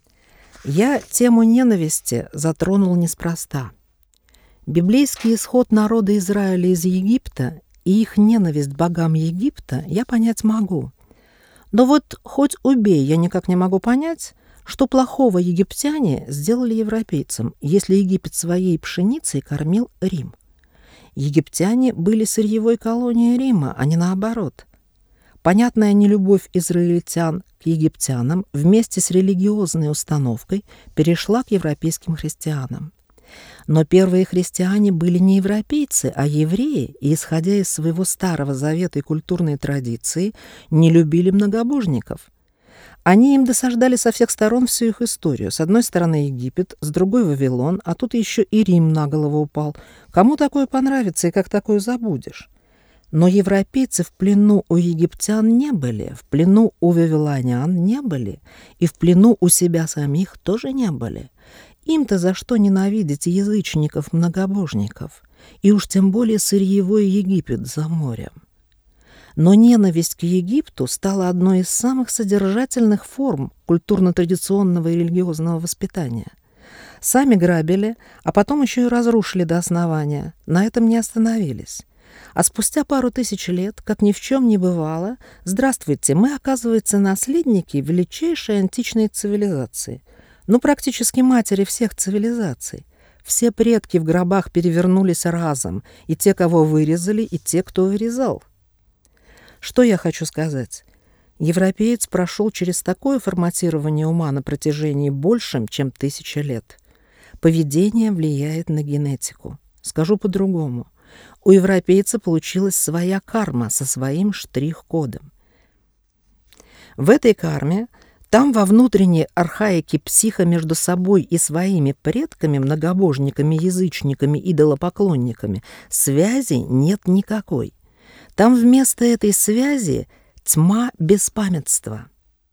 Я тему ненависти затронул неспроста. Библейский исход народа Израиля из Египта и их ненависть к богам Египта я понять могу. Но вот хоть убей, я никак не могу понять, что плохого египтяне сделали европейцам, если Египет своей пшеницей кормил Рим. Египтяне были сырьевой колонией Рима, а не наоборот. Понятная нелюбовь израильтян к египтянам вместе с религиозной установкой перешла к европейским христианам. Но первые христиане были не европейцы, а евреи, и, исходя из своего Старого Завета и культурной традиции, не любили многобожников. Они им досаждали со всех сторон всю их историю. С одной стороны Египет, с другой Вавилон, а тут еще и Рим на голову упал. Кому такое понравится и как такое забудешь? Но европейцы в плену у египтян не были, в плену у вавилонян не были, и в плену у себя самих тоже не были. Им-то за что ненавидеть язычников-многобожников, и уж тем более сырьевой Египет за морем. Но ненависть к Египту стала одной из самых содержательных форм культурно-традиционного и религиозного воспитания. Сами грабили, а потом еще и разрушили до основания, на этом не остановились. А спустя пару тысяч лет, как ни в чем не бывало, здравствуйте, мы, оказывается, наследники величайшей античной цивилизации, ну, практически матери всех цивилизаций. Все предки в гробах перевернулись разом, и те, кого вырезали, и те, кто вырезал. Что я хочу сказать? Европеец прошел через такое форматирование ума на протяжении большим, чем тысячи лет. Поведение влияет на генетику. Скажу по-другому. У европейца получилась своя карма со своим штрих-кодом. В этой карме там во внутренней архаике психа между собой и своими предками, многобожниками, язычниками, идолопоклонниками, связи нет никакой. Там вместо этой связи тьма беспамятства.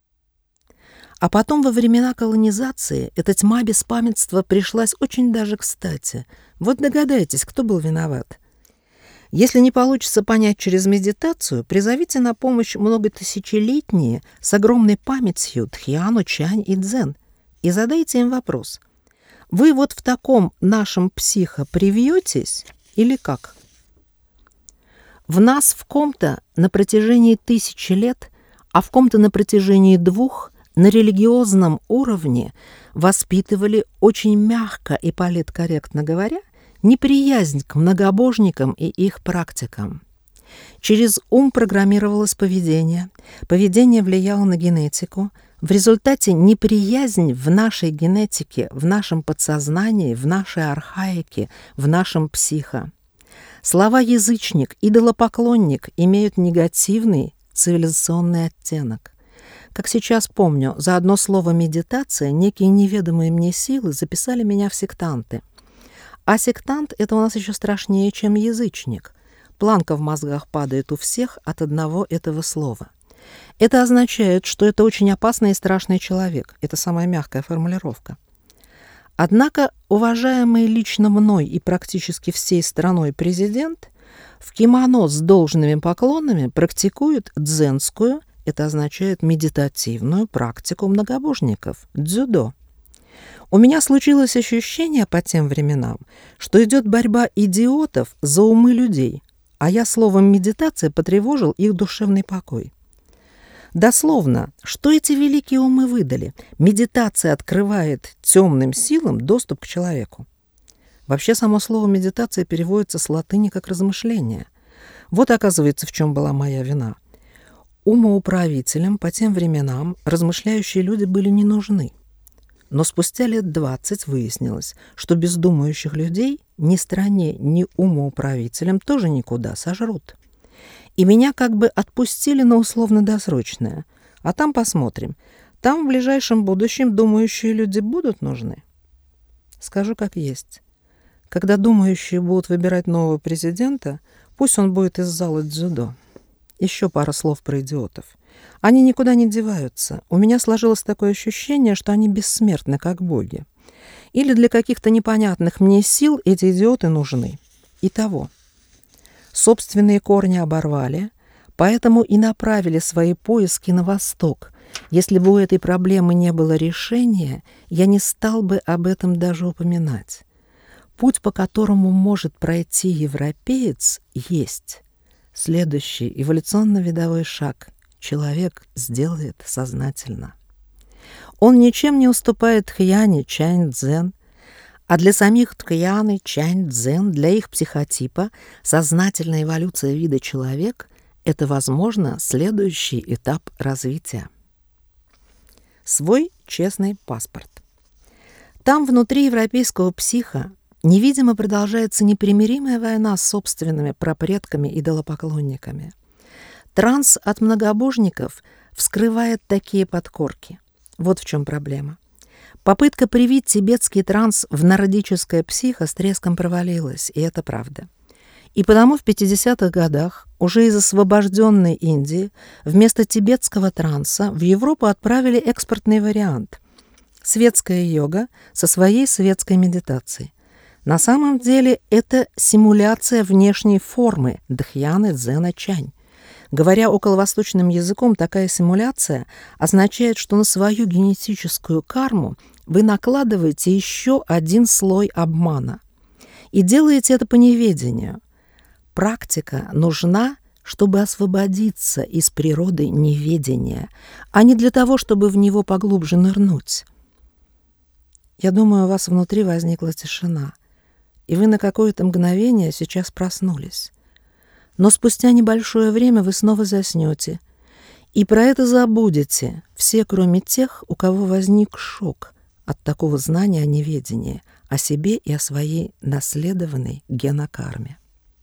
А потом во времена колонизации эта тьма беспамятства пришлась очень даже кстати. Вот догадайтесь, кто был виноват. Если не получится понять через медитацию, призовите на помощь многотысячелетние с огромной памятью тхьяну, чань и дзен и задайте им вопрос. Вы вот в таком нашем психо привьетесь или как? В нас в ком-то на протяжении тысячи лет, а в ком-то на протяжении двух на религиозном уровне воспитывали очень мягко и политкорректно говоря, неприязнь к многобожникам и их практикам. Через ум программировалось поведение, поведение влияло на генетику. В результате неприязнь в нашей генетике, в нашем подсознании, в нашей архаике, в нашем психо. Слова «язычник», «идолопоклонник» имеют негативный цивилизационный оттенок. Как сейчас помню, за одно слово «медитация» некие неведомые мне силы записали меня в сектанты. А сектант — это у нас еще страшнее, чем язычник. Планка в мозгах падает у всех от одного этого слова. Это означает, что это очень опасный и страшный человек. Это самая мягкая формулировка. Однако уважаемый лично мной и практически всей страной президент в кимоно с должными поклонами практикуют дзенскую, это означает медитативную практику многобожников, дзюдо. У меня случилось ощущение по тем временам, что идет борьба идиотов за умы людей, а я словом «медитация» потревожил их душевный покой. Дословно, что эти великие умы выдали? Медитация открывает темным силам доступ к человеку. Вообще, само слово «медитация» переводится с латыни как «размышление». Вот, оказывается, в чем была моя вина. Умоуправителям по тем временам размышляющие люди были не нужны. Но спустя лет двадцать выяснилось, что без думающих людей ни стране, ни умоуправителям тоже никуда, сожрут. И меня как бы отпустили на условно-досрочное. А там посмотрим. Там в ближайшем будущем думающие люди будут нужны? Скажу как есть. Когда думающие будут выбирать нового президента, пусть он будет из зала дзюдо. Еще пара слов про идиотов. Они никуда не деваются. У меня сложилось такое ощущение, что они бессмертны, как боги. Или для каких-то непонятных мне сил эти идиоты нужны. Итого. Собственные корни оборвали, поэтому и направили свои поиски на восток. Если бы у этой проблемы не было решения, я не стал бы об этом даже упоминать. Путь, по которому может пройти европеец, есть. Следующий эволюционно-видовой шаг человек сделает сознательно. Он ничем не уступает тхьяне, чань, дзен, а для самих тхьяны, чань, дзен, для их психотипа сознательная эволюция вида человек — это, возможно, следующий этап развития. Свой честный паспорт. Там, внутри европейского психа, невидимо продолжается непримиримая война с собственными прапредками-идолопоклонниками. Транс от многобожников вскрывает такие подкорки. Вот в чем проблема. Попытка привить тибетский транс в нордическое психо с треском провалилась, и это правда. И потому в пятидесятых годах уже из освобожденной Индии вместо тибетского транса в Европу отправили экспортный вариант – светская йога со своей светской медитацией. На самом деле это симуляция внешней формы дхьяны, дзена, чань. Говоря околовосточным языком, такая симуляция означает, что на свою генетическую карму вы накладываете еще один слой обмана. И делаете это по неведению. Практика нужна, чтобы освободиться из природы неведения, а не для того, чтобы в него поглубже нырнуть. Я думаю, у вас внутри возникла тишина, и вы на какое-то мгновение сейчас проснулись. Но спустя небольшое время вы снова заснете, и про это забудете, все, кроме тех, у кого возник шок от такого знания о неведении, о себе и о своей наследованной генокарме.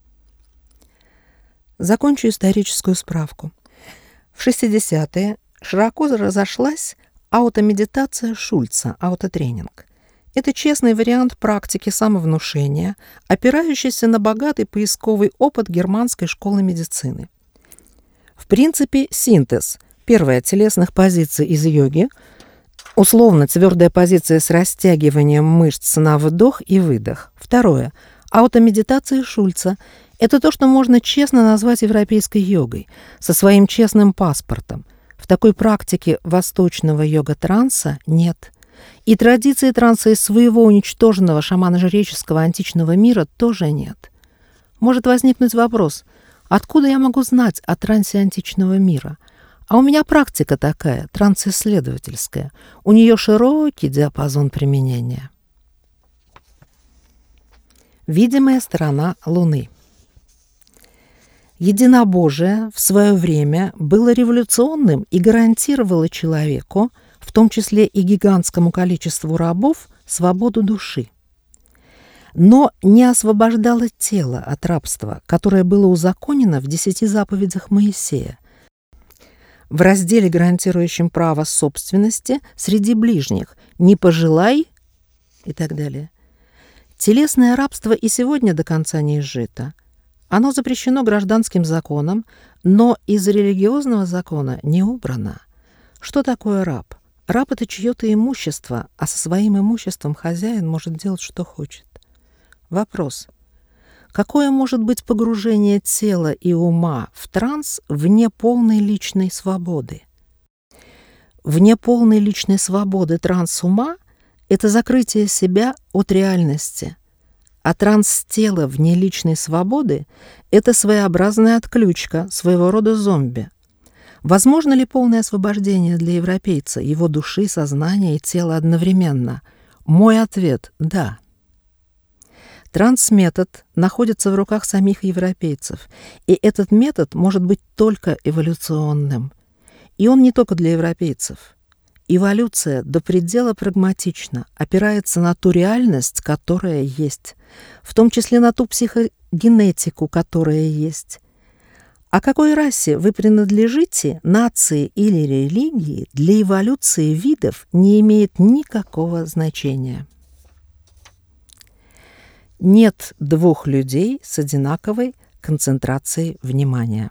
Закончу историческую справку. В шестидесятые широко разошлась аутомедитация Шульца, аутотренинг. Это честный вариант практики самовнушения, опирающийся на богатый поисковый опыт германской школы медицины. В принципе, синтез. Первое – телесных позиций из йоги. Условно твердая позиция с растягиванием мышц на вдох и выдох. Второе – аутомедитация Шульца. Это то, что можно честно назвать европейской йогой, со своим честным паспортом. В такой практике восточного йога-транса нет. И традиции транса из своего уничтоженного шамано-жреческого античного мира тоже нет. Может возникнуть вопрос, откуда я могу знать о трансе античного мира? А у меня практика такая, трансисследовательская. У нее широкий диапазон применения. Видимая сторона Луны. Единобожие в свое время было революционным и гарантировало человеку, в том числе и гигантскому количеству рабов, свободу души. Но не освобождало тело от рабства, которое было узаконено в десяти заповедях Моисея, в разделе, гарантирующем право собственности среди ближних «не пожелай» и так далее. Телесное рабство и сегодня до конца не изжито. Оно запрещено гражданским законом, но из религиозного закона не убрано. Что такое раб? Раб — это чье-то имущество, а со своим имуществом хозяин может делать, что хочет. Вопрос. Какое может быть погружение тела и ума в транс вне полной личной свободы? Вне полной личной свободы транс ума — это закрытие себя от реальности, а транс тела вне личной свободы — это своеобразная отключка, своего рода зомби. Возможно ли полное освобождение для европейца, его души, сознания и тела одновременно? Мой ответ — да. Транс-метод находится в руках самих европейцев, и этот метод может быть только эволюционным. И он не только для европейцев. Эволюция до предела прагматична, опирается на ту реальность, которая есть, в том числе на ту психогенетику, которая есть. О какой расе вы принадлежите, нации или религии, для эволюции видов не имеет никакого значения. Нет двух людей с одинаковой концентрацией внимания.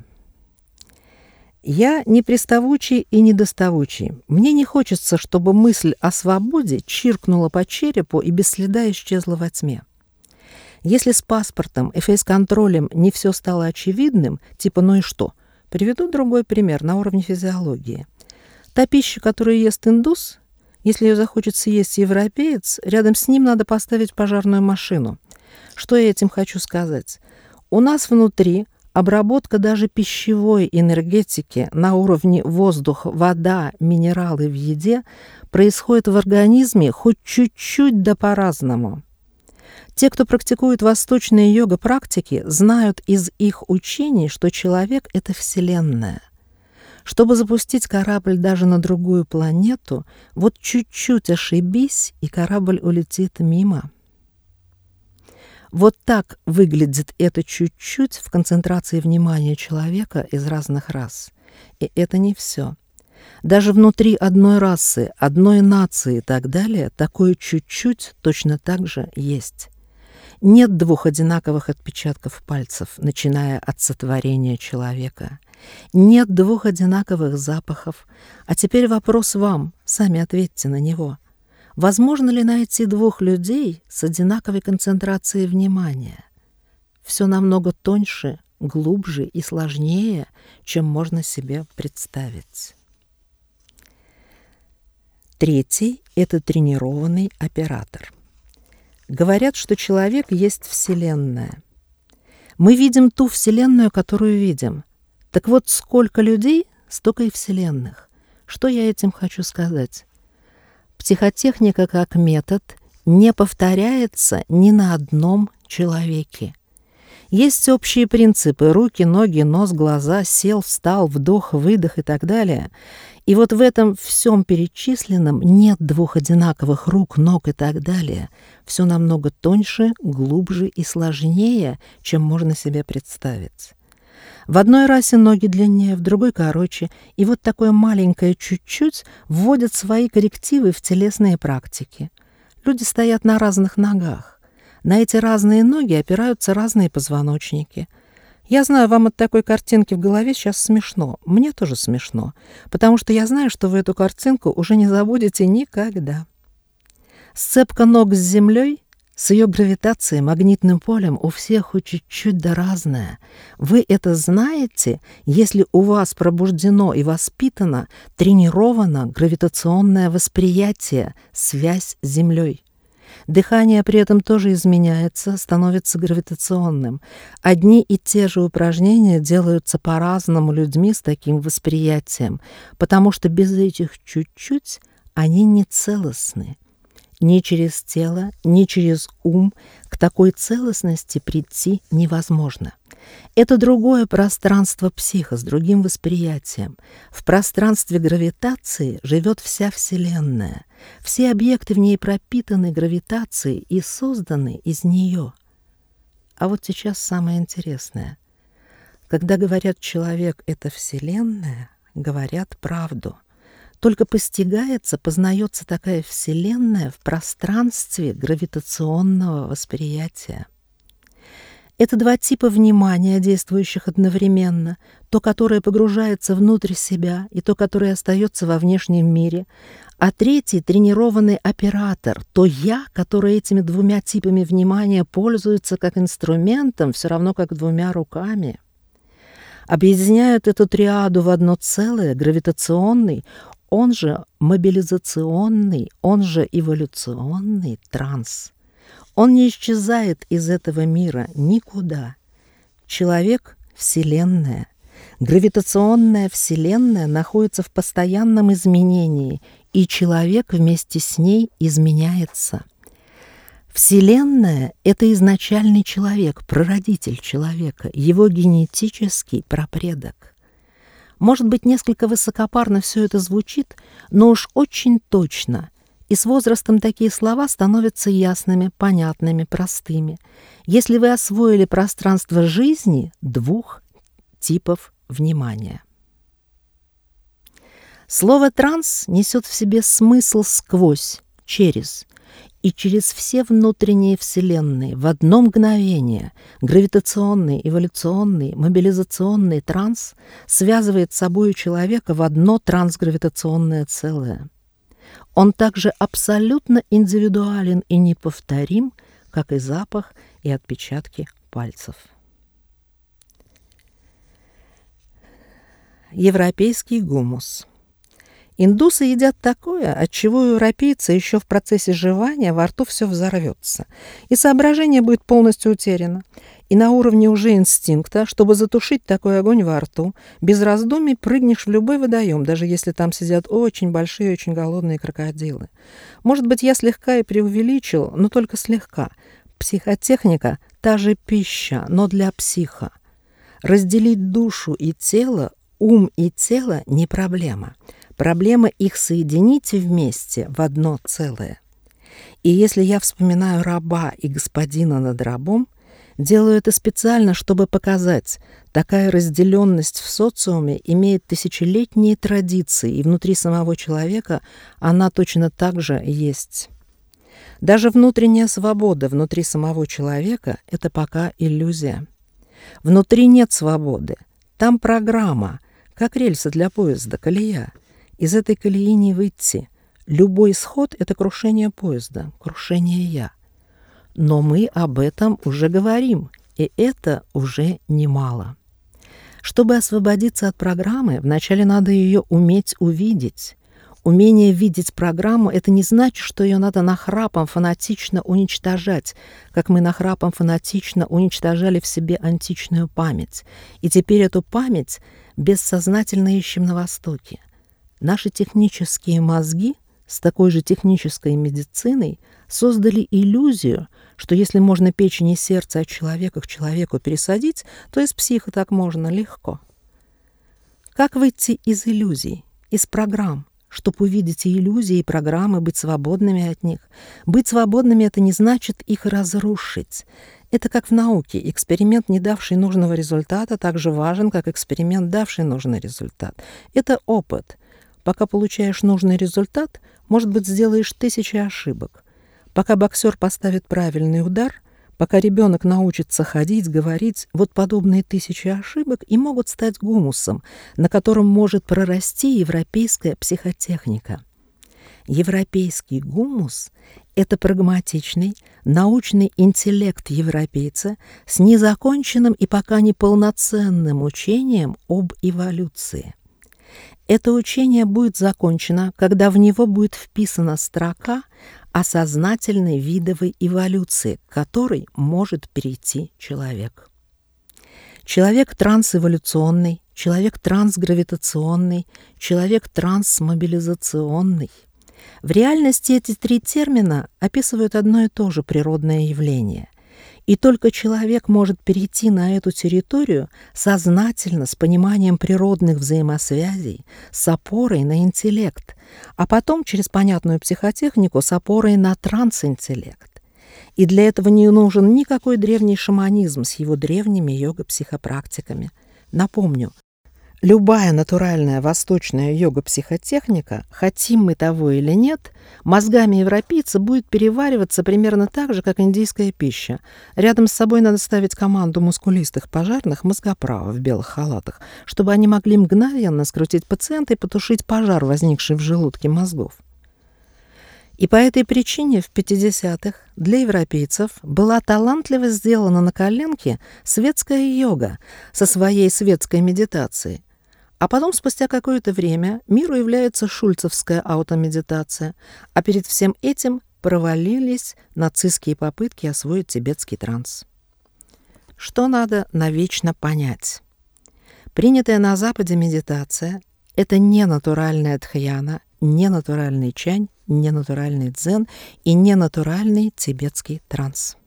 Я не приставучий и недоставучий. Мне не хочется, чтобы мысль о свободе чиркнула по черепу и без следа исчезла во тьме. Если с паспортом и фейс-контролем не все стало очевидным, типа «ну и что?», приведу другой пример на уровне физиологии. Та пища, которую ест индус, если ее захочет съесть европеец, рядом с ним надо поставить пожарную машину. Что я этим хочу сказать? У нас внутри обработка даже пищевой энергетики на уровне воздух, вода, минералы в еде происходит в организме хоть чуть-чуть да по-разному. Те, кто практикует восточные йога-практики, знают из их учений, что человек — это Вселенная. Чтобы запустить корабль даже на другую планету, вот чуть-чуть ошибись, и корабль улетит мимо. Вот так выглядит это чуть-чуть в концентрации внимания человека из разных рас. И это не все. Даже внутри одной расы, одной нации и так далее, такое чуть-чуть точно так же есть. Нет двух одинаковых отпечатков пальцев, начиная от сотворения человека. Нет двух одинаковых запахов. А теперь вопрос вам, сами ответьте на него. Возможно ли найти двух людей с одинаковой концентрацией внимания? Все намного тоньше, глубже и сложнее, чем можно себе представить. Третий — это тренированный оператор. Говорят, что человек есть Вселенная. Мы видим ту Вселенную, которую видим. Так вот, сколько людей, столько и Вселенных. Что я этим хочу сказать? Психотехника как метод не повторяется ни на одном человеке. Есть общие принципы: руки, ноги, нос, глаза, сел, встал, вдох, выдох и так далее. И вот в этом всем перечисленном нет двух одинаковых рук, ног и так далее. Все намного тоньше, глубже и сложнее, чем можно себе представить. В одной расе ноги длиннее, в другой короче, и вот такое маленькое чуть-чуть вводит свои коррективы в телесные практики. Люди стоят на разных ногах. На эти разные ноги опираются разные позвоночники. Я знаю, вам от такой картинки в голове сейчас смешно. Мне тоже смешно, потому что я знаю, что вы эту картинку уже не забудете никогда. Сцепка ног с землей, с ее гравитацией, магнитным полем у всех хоть чуть-чуть да разная. Вы это знаете, если у вас пробуждено и воспитано, тренировано гравитационное восприятие, связь с Землей. Дыхание при этом тоже изменяется, становится гравитационным. Одни и те же упражнения делаются по-разному людьми с таким восприятием, потому что без этих чуть-чуть они не целостны. Ни через тело, ни через ум к такой целостности прийти невозможно. Это другое пространство психа с другим восприятием. В пространстве гравитации живет вся Вселенная. Все объекты в ней пропитаны гравитацией и созданы из нее. А вот сейчас самое интересное. Когда говорят «человек — это Вселенная», говорят правду. Только постигается, познается такая Вселенная в пространстве гравитационного восприятия. Это два типа внимания, действующих одновременно, то, которое погружается внутрь себя, и то, которое остается во внешнем мире, а третий — тренированный оператор, то «я», которое этими двумя типами внимания пользуется как инструментом, все равно как двумя руками. Объединяют эту триаду в одно целое гравитационный, он же мобилизационный, он же эволюционный транс. Он не исчезает из этого мира никуда. Человек — Вселенная. Гравитационная Вселенная находится в постоянном изменении, и человек вместе с ней изменяется. Вселенная — это изначальный человек, прародитель человека, его генетический прапредок. Может быть, несколько высокопарно все это звучит, но уж очень точно. И с возрастом такие слова становятся ясными, понятными, простыми. Если вы освоили пространство жизни двух типов внимания. Слово «транс» несет в себе смысл сквозь, через и через все внутренние вселенные в одно мгновение. Гравитационный, эволюционный, мобилизационный транс связывает с собой человека в одно трансгравитационное целое. Он также абсолютно индивидуален и неповторим, как и запах и отпечатки пальцев. Европейский гумус. Индусы едят такое, от чего у европейца еще в процессе жевания во рту все взорвется, и соображение будет полностью утеряно. И на уровне уже инстинкта, чтобы затушить такой огонь во рту, без раздумий прыгнешь в любой водоем, даже если там сидят очень большие, очень голодные крокодилы. Может быть, я слегка и преувеличил, но только слегка. Психотехника — та же пища, но для психа. Разделить душу и тело, ум и тело — не проблема. Проблема их соединить вместе в одно целое. И если я вспоминаю раба и господина над рабом, делаю это специально, чтобы показать, такая разделенность в социуме имеет тысячелетние традиции, и внутри самого человека она точно так же есть. Даже внутренняя свобода внутри самого человека — это пока иллюзия. Внутри нет свободы, там программа, как рельсы для поезда, колея. Из этой колеи не выйти. Любой исход — это крушение поезда, крушение «я». Но мы об этом уже говорим, и это уже немало. Чтобы освободиться от программы, вначале надо ее уметь увидеть. Умение видеть программу — это не значит, что ее надо нахрапом фанатично уничтожать, как мы нахрапом фанатично уничтожали в себе античную память. И теперь эту память бессознательно ищем на Востоке. Наши технические мозги с такой же технической медициной создали иллюзию, что если можно печень и сердце от человека к человеку пересадить, то из психа так можно легко. Как выйти из иллюзий, из программ, чтобы увидеть иллюзии и программы, быть свободными от них? Быть свободными — это не значит их разрушить. Это как в науке. Эксперимент, не давший нужного результата, так же важен, как эксперимент, давший нужный результат. Это опыт. Пока получаешь нужный результат, может быть, сделаешь тысячи ошибок. Пока боксер поставит правильный удар, пока ребенок научится ходить, говорить, вот подобные тысячи ошибок и могут стать гумусом, на котором может прорасти европейская психотехника. Европейский гумус — это прагматичный, научный интеллект европейца с незаконченным и пока неполноценным учением об эволюции. Это учение будет закончено, когда в него будет вписана строка о сознательной видовой эволюции, к которой может перейти человек. Человек трансэволюционный, человек трансгравитационный, человек трансмобилизационный. В реальности эти три термина описывают одно и то же природное явление. И только человек может перейти на эту территорию сознательно, с пониманием природных взаимосвязей, с опорой на интеллект, а потом через понятную психотехнику с опорой на трансинтеллект. И для этого не нужен никакой древний шаманизм с его древними йога-психопрактиками. Напомню, Любая натуральная восточная йога-психотехника, хотим мы того или нет, мозгами европейца будет перевариваться примерно так же, как индийская пища. Рядом с собой надо ставить команду мускулистых пожарных мозгоправов в белых халатах, чтобы они могли мгновенно скрутить пациента и потушить пожар, возникший в желудке мозгов. И по этой причине в пятидесятых для европейцев была талантливо сделана на коленке светская йога со своей светской медитацией. А потом, спустя какое-то время, миру является шульцевская аутомедитация, а перед всем этим провалились нацистские попытки освоить тибетский транс. Что надо навечно понять? Принятая на Западе медитация — это не натуральная дхьяна, не натуральный чань, не натуральный дзен и не натуральный тибетский транс.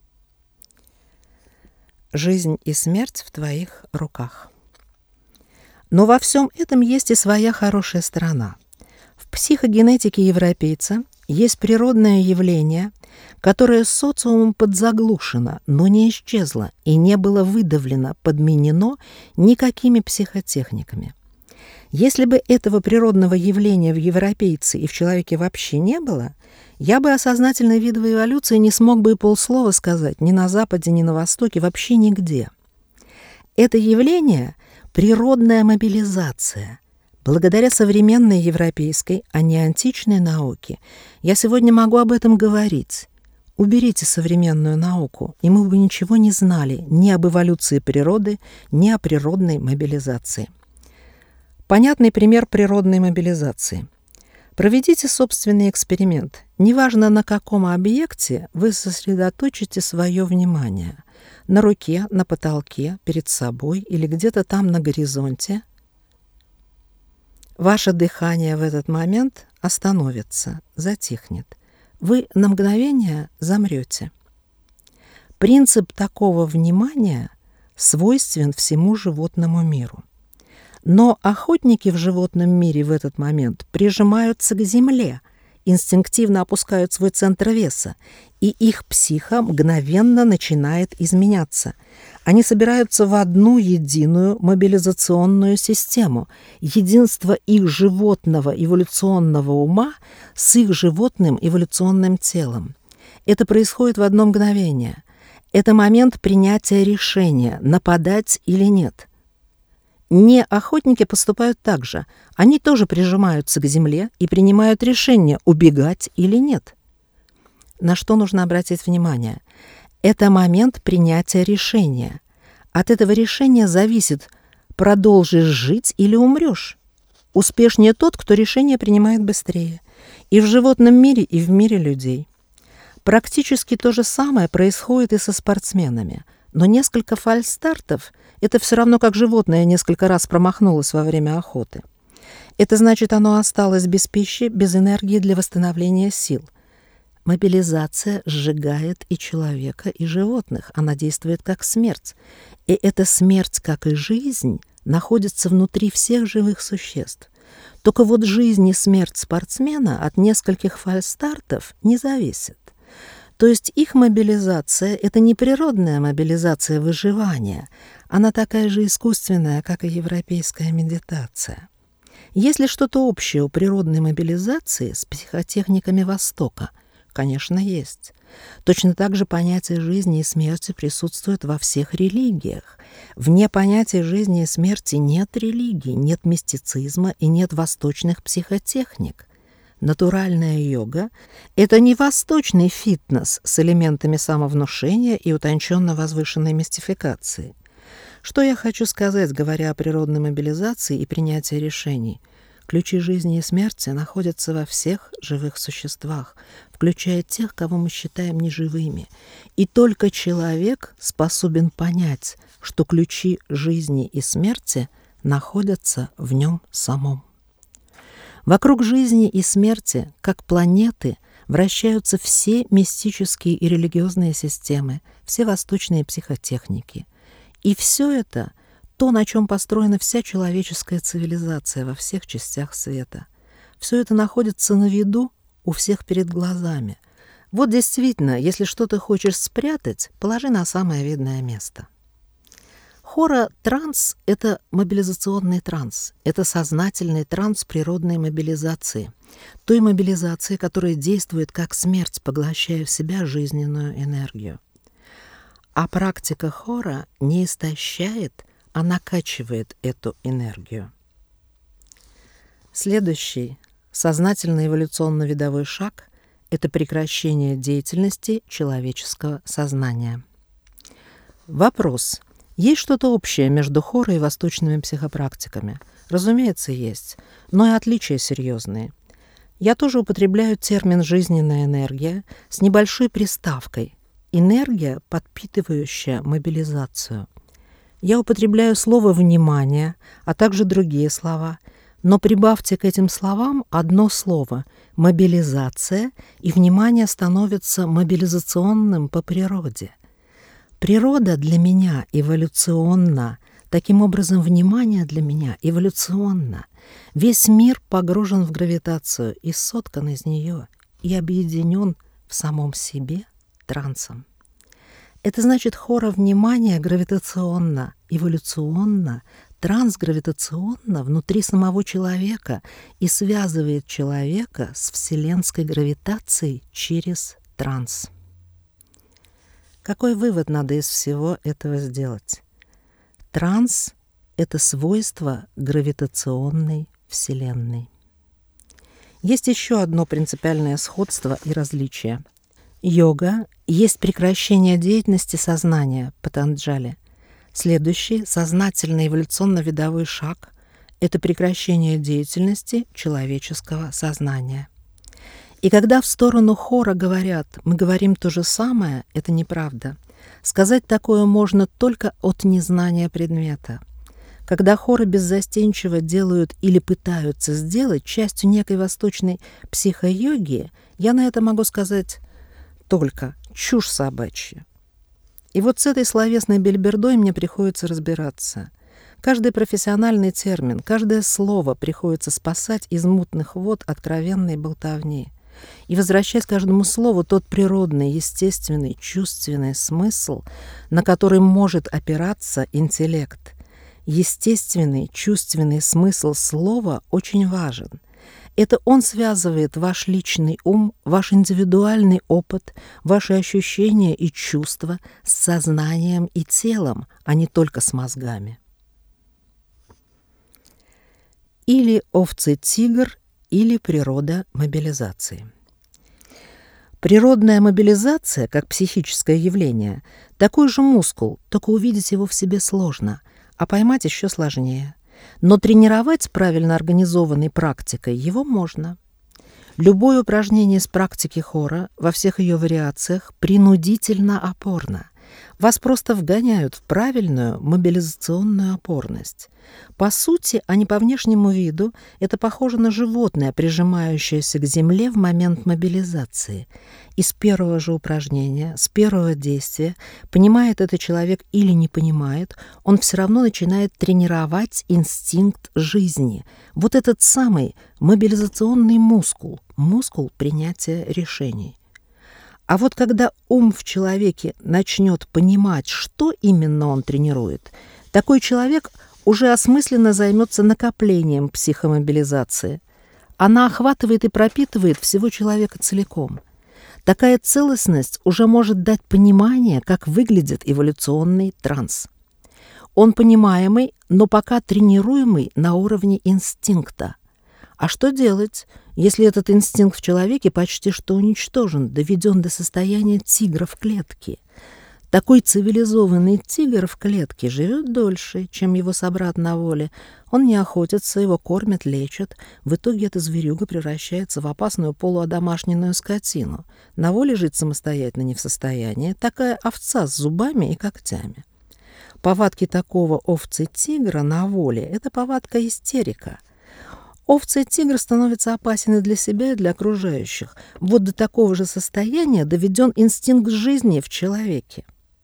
Жизнь и смерть в твоих руках. Но во всем этом есть и своя хорошая сторона. В психогенетике европейца есть природное явление, которое социумом подзаглушено, но не исчезло и не было выдавлено, подменено никакими психотехниками. Если бы этого природного явления в европейце и в человеке вообще не было, я бы о сознательной видовой эволюции не смог бы и полслова сказать ни на Западе, ни на Востоке, вообще нигде. Это явление — природная мобилизация. Благодаря современной европейской, а не античной науке, я сегодня могу об этом говорить. Уберите современную науку, и мы бы ничего не знали ни об эволюции природы, ни о природной мобилизации. Понятный пример природной мобилизации. Проведите собственный эксперимент. Неважно, на каком объекте вы сосредоточите свое внимание. На руке, на потолке, перед собой или где-то там на горизонте. Ваше дыхание в этот момент остановится, затихнет. Вы на мгновение замрете. Принцип такого внимания свойствен всему животному миру. Но охотники в животном мире в этот момент прижимаются к земле, инстинктивно опускают свой центр веса, и их психа мгновенно начинает изменяться. Они собираются в одну единую мобилизационную систему, единство их животного эволюционного ума с их животным эволюционным телом. Это происходит в одно мгновение. Это момент принятия решения, нападать или нет. Не охотники поступают так же. Они тоже прижимаются к земле и принимают решение, убегать или нет. На что нужно обратить внимание? Это момент принятия решения. От этого решения зависит, продолжишь жить или умрешь. Успешнее тот, кто решение принимает быстрее. И в животном мире, и в мире людей. Практически то же самое происходит и со спортсменами. Но несколько фальстартов — это все равно, как животное несколько раз промахнулось во время охоты. Это значит, оно осталось без пищи, без энергии для восстановления сил. Мобилизация сжигает и человека, и животных. Она действует как смерть. И эта смерть, как и жизнь, находится внутри всех живых существ. Только вот жизнь и смерть спортсмена от нескольких фальстартов не зависит. То есть их мобилизация — это не природная мобилизация выживания, она такая же искусственная, как и европейская медитация. Есть ли что-то общее у природной мобилизации с психотехниками Востока? Конечно, есть. Точно так же понятие жизни и смерти присутствует во всех религиях. Вне понятия жизни и смерти нет религии, нет мистицизма и нет восточных психотехник. Натуральная йога — это не восточный фитнес с элементами самовнушения и утонченно возвышенной мистификации. Что я хочу сказать, говоря о природной мобилизации и принятии решений? Ключи жизни и смерти находятся во всех живых существах, включая тех, кого мы считаем неживыми. И только человек способен понять, что ключи жизни и смерти находятся в нем самом. Вокруг жизни и смерти, как планеты, вращаются все мистические и религиозные системы, все восточные психотехники. И все это — то, на чем построена вся человеческая цивилизация во всех частях света. Все это находится на виду у всех перед глазами. Вот действительно, если что-то хочешь спрятать, положи на самое видное место. Хора-транс — это мобилизационный транс, это сознательный транс природной мобилизации, той мобилизации, которая действует как смерть, поглощая в себя жизненную энергию. А практика хора не истощает, а накачивает эту энергию. Следующий сознательный эволюционно-видовой шаг — это прекращение деятельности человеческого сознания. Вопрос. Есть что-то общее между хорой и восточными психопрактиками? Разумеется, есть, но и отличия серьезные. Я тоже употребляю термин «жизненная энергия» с небольшой приставкой «энергия, подпитывающая мобилизацию». Я употребляю слово «внимание», а также другие слова, но прибавьте к этим словам одно слово — «мобилизация», и внимание становится мобилизационным по природе. Природа для меня эволюционна, таким образом внимание для меня эволюционно. Весь мир погружен в гравитацию и соткан из нее, и объединен в самом себе трансом. Это значит, хора внимания гравитационно, эволюционно, трансгравитационно внутри самого человека и связывает человека с вселенской гравитацией через транс. Какой вывод надо из всего этого сделать? Транс — это свойство гравитационной Вселенной. Есть еще одно принципиальное сходство и различие. Йога есть прекращение деятельности сознания, Патанджали. Следующий сознательный эволюционно-видовой шаг — это прекращение деятельности человеческого сознания. И когда в сторону хора говорят «мы говорим то же самое», это неправда. Сказать такое можно только от незнания предмета. Когда хоры беззастенчиво делают или пытаются сделать частью некой восточной психойоги, я на это могу сказать только чушь собачья. И вот с этой словесной бельбердой мне приходится разбираться. Каждый профессиональный термин, каждое слово приходится спасать из мутных вод откровенной болтовни и возвращать каждому слову тот природный, естественный, чувственный смысл, на который может опираться интеллект. Естественный, чувственный смысл слова очень важен. Это он связывает ваш личный ум, ваш индивидуальный опыт, ваши ощущения и чувства с сознанием и телом, а не только с мозгами. Или овцы-тигр, или природа мобилизации. Природная мобилизация, как психическое явление, такой же мускул, только увидеть его в себе сложно, а поймать еще сложнее. Но тренировать правильно организованной практикой его можно. Любое упражнение с практики хора во всех ее вариациях принудительно опорно. Вас просто вгоняют в правильную мобилизационную опорность. По сути, а не по внешнему виду, это похоже на животное, прижимающееся к земле в момент мобилизации. И с первого же упражнения, с первого действия, понимает это человек или не понимает, он все равно начинает тренировать инстинкт жизни. Вот этот самый мобилизационный мускул, мускул принятия решений. А вот когда ум в человеке начнет понимать, что именно он тренирует, такой человек уже осмысленно займется накоплением психомобилизации. Она охватывает и пропитывает всего человека целиком. Такая целостность уже может дать понимание, как выглядит эволюционный транс. Он понимаемый, но пока тренируемый на уровне инстинкта. А что делать, если этот инстинкт в человеке почти что уничтожен, доведен до состояния тигра в клетке? Такой цивилизованный тигр в клетке живет дольше, чем его собрат на воле. Он не охотится, его кормят, лечат. В итоге эта зверюга превращается в опасную полуодомашненную скотину. На воле жить самостоятельно не в состоянии. Такая овца с зубами и когтями. Повадки такого овцы-тигра на воле — это повадка истерика. Овца-тигр становится опасен и для себя, и для окружающих. Вот до такого же состояния доведен инстинкт жизни в человеке.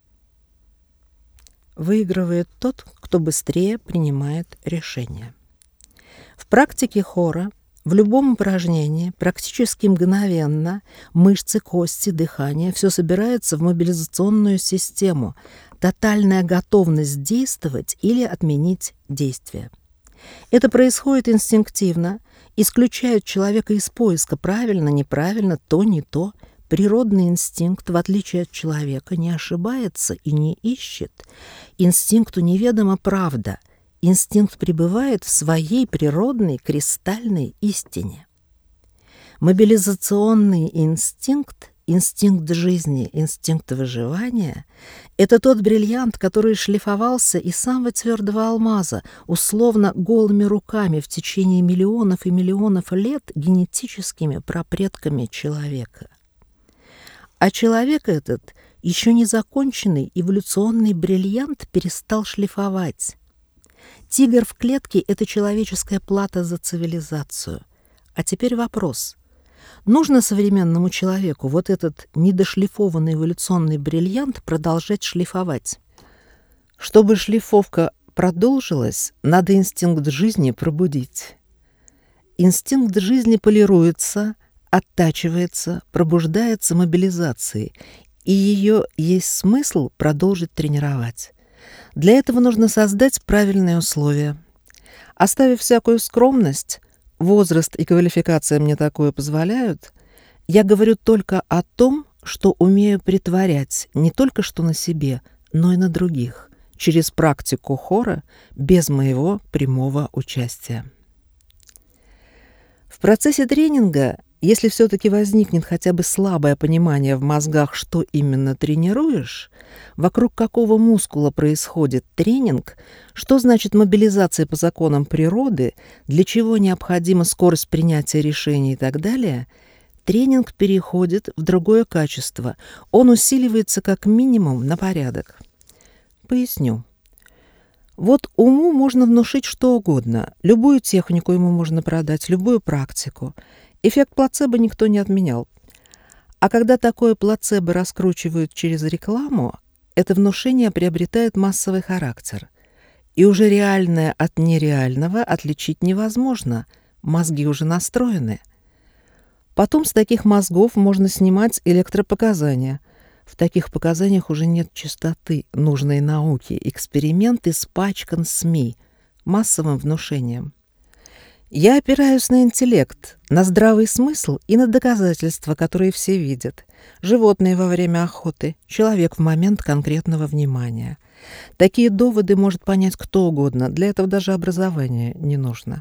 Выигрывает тот, кто быстрее принимает решения. В практике хора, в любом упражнении, практически мгновенно мышцы, кости, дыхание — все собирается в мобилизационную систему. тотальная готовность действовать или отменить действие. Это происходит инстинктивно, исключает человека из поиска правильно, неправильно, то, не то. Природный инстинкт, в отличие от человека, не ошибается и не ищет. Инстинкту неведома правда. Инстинкт пребывает в своей природной кристальной истине. Мобилизационный инстинкт, инстинкт жизни, инстинкт выживания — это тот бриллиант, который шлифовался из самого твердого алмаза, условно голыми руками в течение миллионов и миллионов лет генетическими прапредками человека. А человек этот, еще не законченный эволюционный бриллиант, перестал шлифовать. Тигр в клетке — это человеческая плата за цивилизацию. А теперь вопрос. Нужно современному человеку вот этот недошлифованный эволюционный бриллиант продолжать шлифовать? Чтобы шлифовка продолжилась, надо инстинкт жизни пробудить. Инстинкт жизни полируется, оттачивается, пробуждается мобилизацией, и ее есть смысл продолжить тренировать. Для этого нужно создать правильные условия. Оставив всякую скромность, возраст и квалификация мне такое позволяют, я говорю только о том, что умею притворять не только что на себе, но и на других, через практику хора, без моего прямого участия. В процессе тренинга, если все-таки возникнет хотя бы слабое понимание в мозгах, что именно тренируешь, вокруг какого мускула происходит тренинг, что значит мобилизация по законам природы, для чего необходима скорость принятия решений и так далее, тренинг переходит в другое качество. Он усиливается как минимум на порядок. Поясню. Вот уму можно внушить что угодно, любую технику ему можно продать, любую практику. Эффект плацебо никто не отменял. А когда такое плацебо раскручивают через рекламу, это внушение приобретает массовый характер. И уже реальное от нереального отличить невозможно. Мозги уже настроены. Потом с таких мозгов можно снимать электропоказания. В таких показаниях уже нет чистоты нужной науки. Эксперимент испачкан СМИ, массовым внушением. Я опираюсь на интеллект, на здравый смысл и на доказательства, которые все видят. Животные во время охоты, человек в момент конкретного внимания. Такие доводы может понять кто угодно, для этого даже образование не нужно.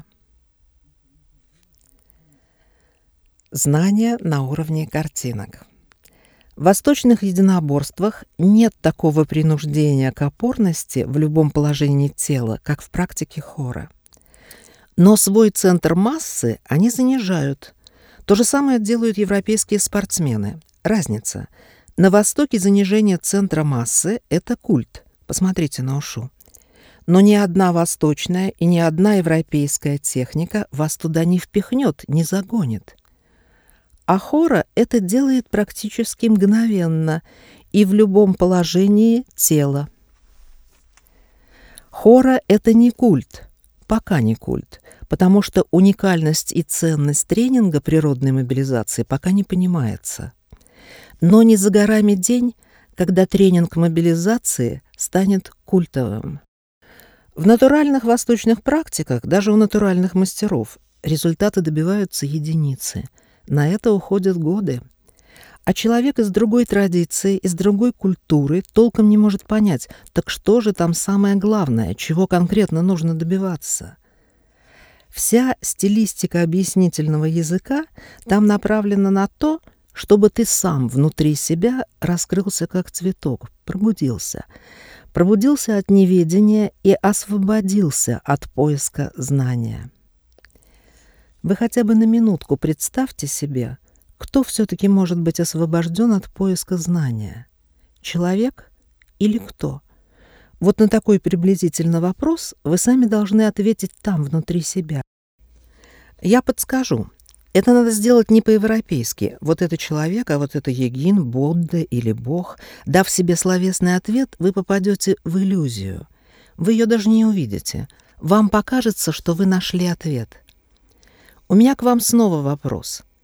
Знания на уровне картинок. В восточных единоборствах нет такого принуждения к опорности в любом положении тела, как в практике хора. Но свой центр массы они занижают. То же самое делают европейские спортсмены. Разница. На Востоке занижение центра массы – это культ. Посмотрите на ушу. Но ни одна восточная и ни одна европейская техника вас туда не впихнет, не загонит. А хора это делает практически мгновенно и в любом положении тела. Хора – это не культ. Пока не культ, потому что уникальность и ценность тренинга природной мобилизации пока не понимается. Но не за горами день, когда тренинг мобилизации станет культовым. В натуральных восточных практиках, даже у натуральных мастеров, результаты добиваются единицы. На это уходят годы. А человек из другой традиции, из другой культуры толком не может понять, так что же там самое главное, чего конкретно нужно добиваться. Вся стилистика объяснительного языка там направлена на то, чтобы ты сам внутри себя раскрылся как цветок, пробудился. Пробудился от неведения и освободился от поиска знания. Вы хотя бы на минутку представьте себе, кто все-таки может быть освобожден от поиска знания? Человек или кто? Вот на такой приблизительный вопрос вы сами должны ответить там, внутри себя. Я подскажу. Это надо сделать не по-европейски. Вот это человек, а вот это йогин, Будда или Бог. Дав себе словесный ответ, вы попадете в иллюзию. Вы ее даже не увидите. Вам покажется, что вы нашли ответ. У меня к вам снова вопрос.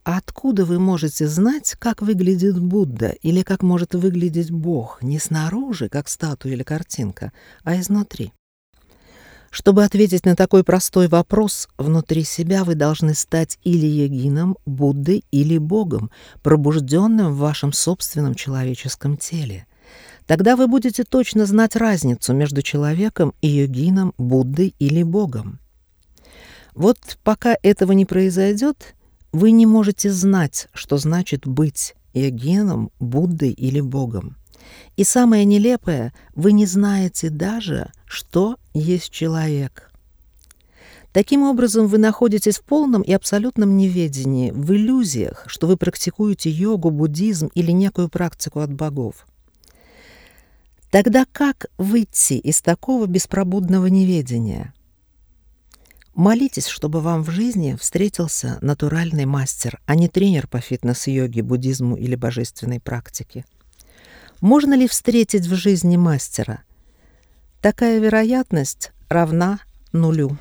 А откуда вы можете знать, как выглядит Будда или как может выглядеть Бог не снаружи, как статуя или картинка, а изнутри? Чтобы ответить на такой простой вопрос, внутри себя вы должны стать или йогином, Буддой или Богом, пробужденным в вашем собственном человеческом теле. Тогда вы будете точно знать разницу между человеком и йогином, Буддой или Богом. Вот пока этого не произойдет, вы не можете знать, что значит быть йогином, Буддой или Богом. И самое нелепое, вы не знаете даже, что есть человек. Таким образом, вы находитесь в полном и абсолютном неведении, в иллюзиях, что вы практикуете йогу, буддизм или некую практику от богов. Тогда как выйти из такого беспробудного неведения? Молитесь, чтобы вам в жизни встретился натуральный мастер, а не тренер по фитнес-йоге, буддизму или божественной практике. Можно ли встретить в жизни мастера? Такая вероятность равна нулю.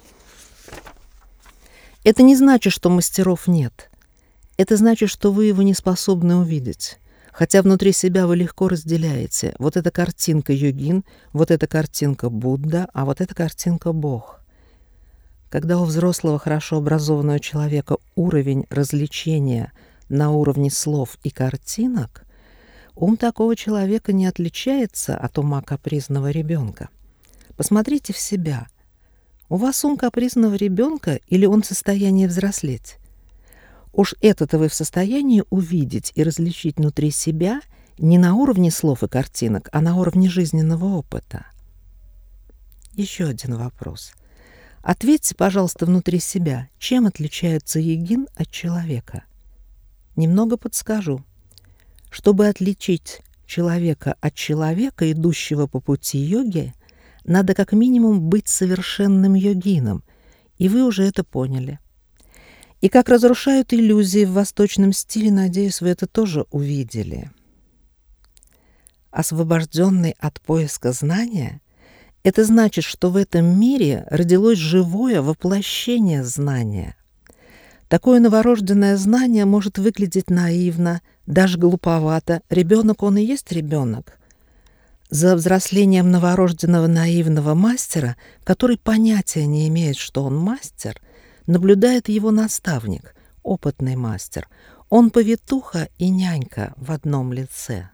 Это не значит, что мастеров нет. Это значит, что вы его не способны увидеть. Хотя внутри себя вы легко разделяете. Вот эта картинка йогин, вот эта картинка Будда, а вот эта картинка Бог. Когда у взрослого, хорошо образованного человека уровень развлечения на уровне слов и картинок, ум такого человека не отличается от ума капризного ребенка. Посмотрите в себя. У вас ум капризного ребенка или он в состоянии взрослеть? Уж это-то вы в состоянии увидеть и различить внутри себя не на уровне слов и картинок, а на уровне жизненного опыта. Еще один вопрос. Ответьте, пожалуйста, внутри себя, чем отличается йогин от человека? Немного подскажу. Чтобы отличить человека от человека, идущего по пути йоги, надо как минимум быть совершенным йогином, и вы уже это поняли. И как разрушают иллюзии в восточном стиле, надеюсь, вы это тоже увидели. Освобожденный от поиска знания — это значит, что в этом мире родилось живое воплощение знания. Такое новорожденное знание может выглядеть наивно, даже глуповато. Ребенок, он и есть ребенок. За взрослением новорожденного наивного мастера, который понятия не имеет, что он мастер, наблюдает его наставник, опытный мастер. Он повитуха и нянька в одном лице.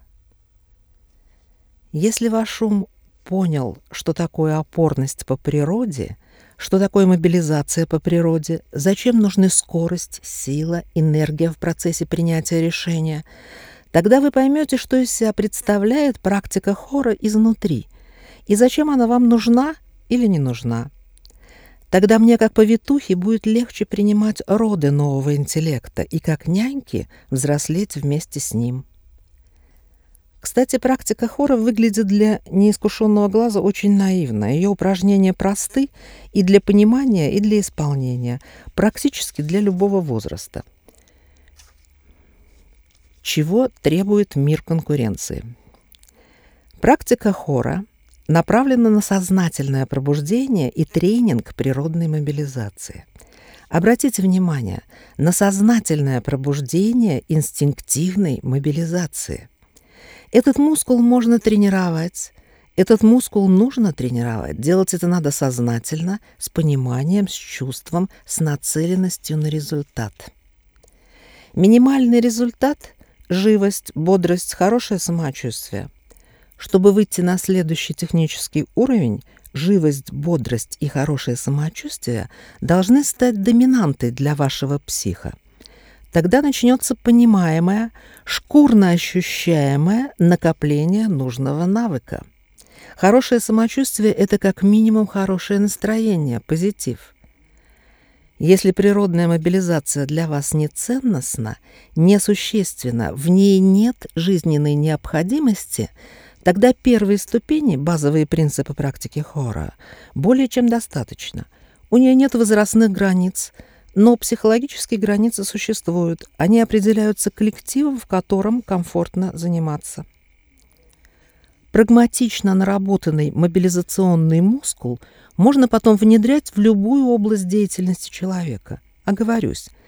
Если ваш ум понял, что такое опорность по природе, что такое мобилизация по природе, зачем нужны скорость, сила, энергия в процессе принятия решения, тогда вы поймете, что из себя представляет практика хора изнутри, и зачем она вам нужна или не нужна. Тогда мне, как повитухе, будет легче принимать роды нового интеллекта и, как няньке, взрослеть вместе с ним. Кстати, практика хора выглядит для неискушенного глаза очень наивно. Ее упражнения просты и для понимания, и для исполнения, практически для любого возраста. Чего требует мир конкуренции? Практика хора направлена на сознательное пробуждение и тренинг природной мобилизации. Обратите внимание на сознательное пробуждение инстинктивной мобилизации. Этот мускул можно тренировать, этот мускул нужно тренировать. Делать это надо сознательно, с пониманием, с чувством, с нацеленностью на результат. Минимальный результат – живость, бодрость, хорошее самочувствие. Чтобы выйти на следующий технический уровень, живость, бодрость и хорошее самочувствие должны стать доминантой для вашего психа. Тогда начнется понимаемое, шкурно ощущаемое накопление нужного навыка. Хорошее самочувствие – это как минимум хорошее настроение, позитив. Если природная мобилизация для вас не ценностна, несущественна, в ней нет жизненной необходимости, тогда первые ступени, базовые принципы практики хора, более чем достаточно. У нее нет возрастных границ, но психологические границы существуют. Они определяются коллективом, в котором комфортно заниматься. Прагматично наработанный мобилизационный мускул можно потом внедрять в любую область деятельности человека. Оговорюсь,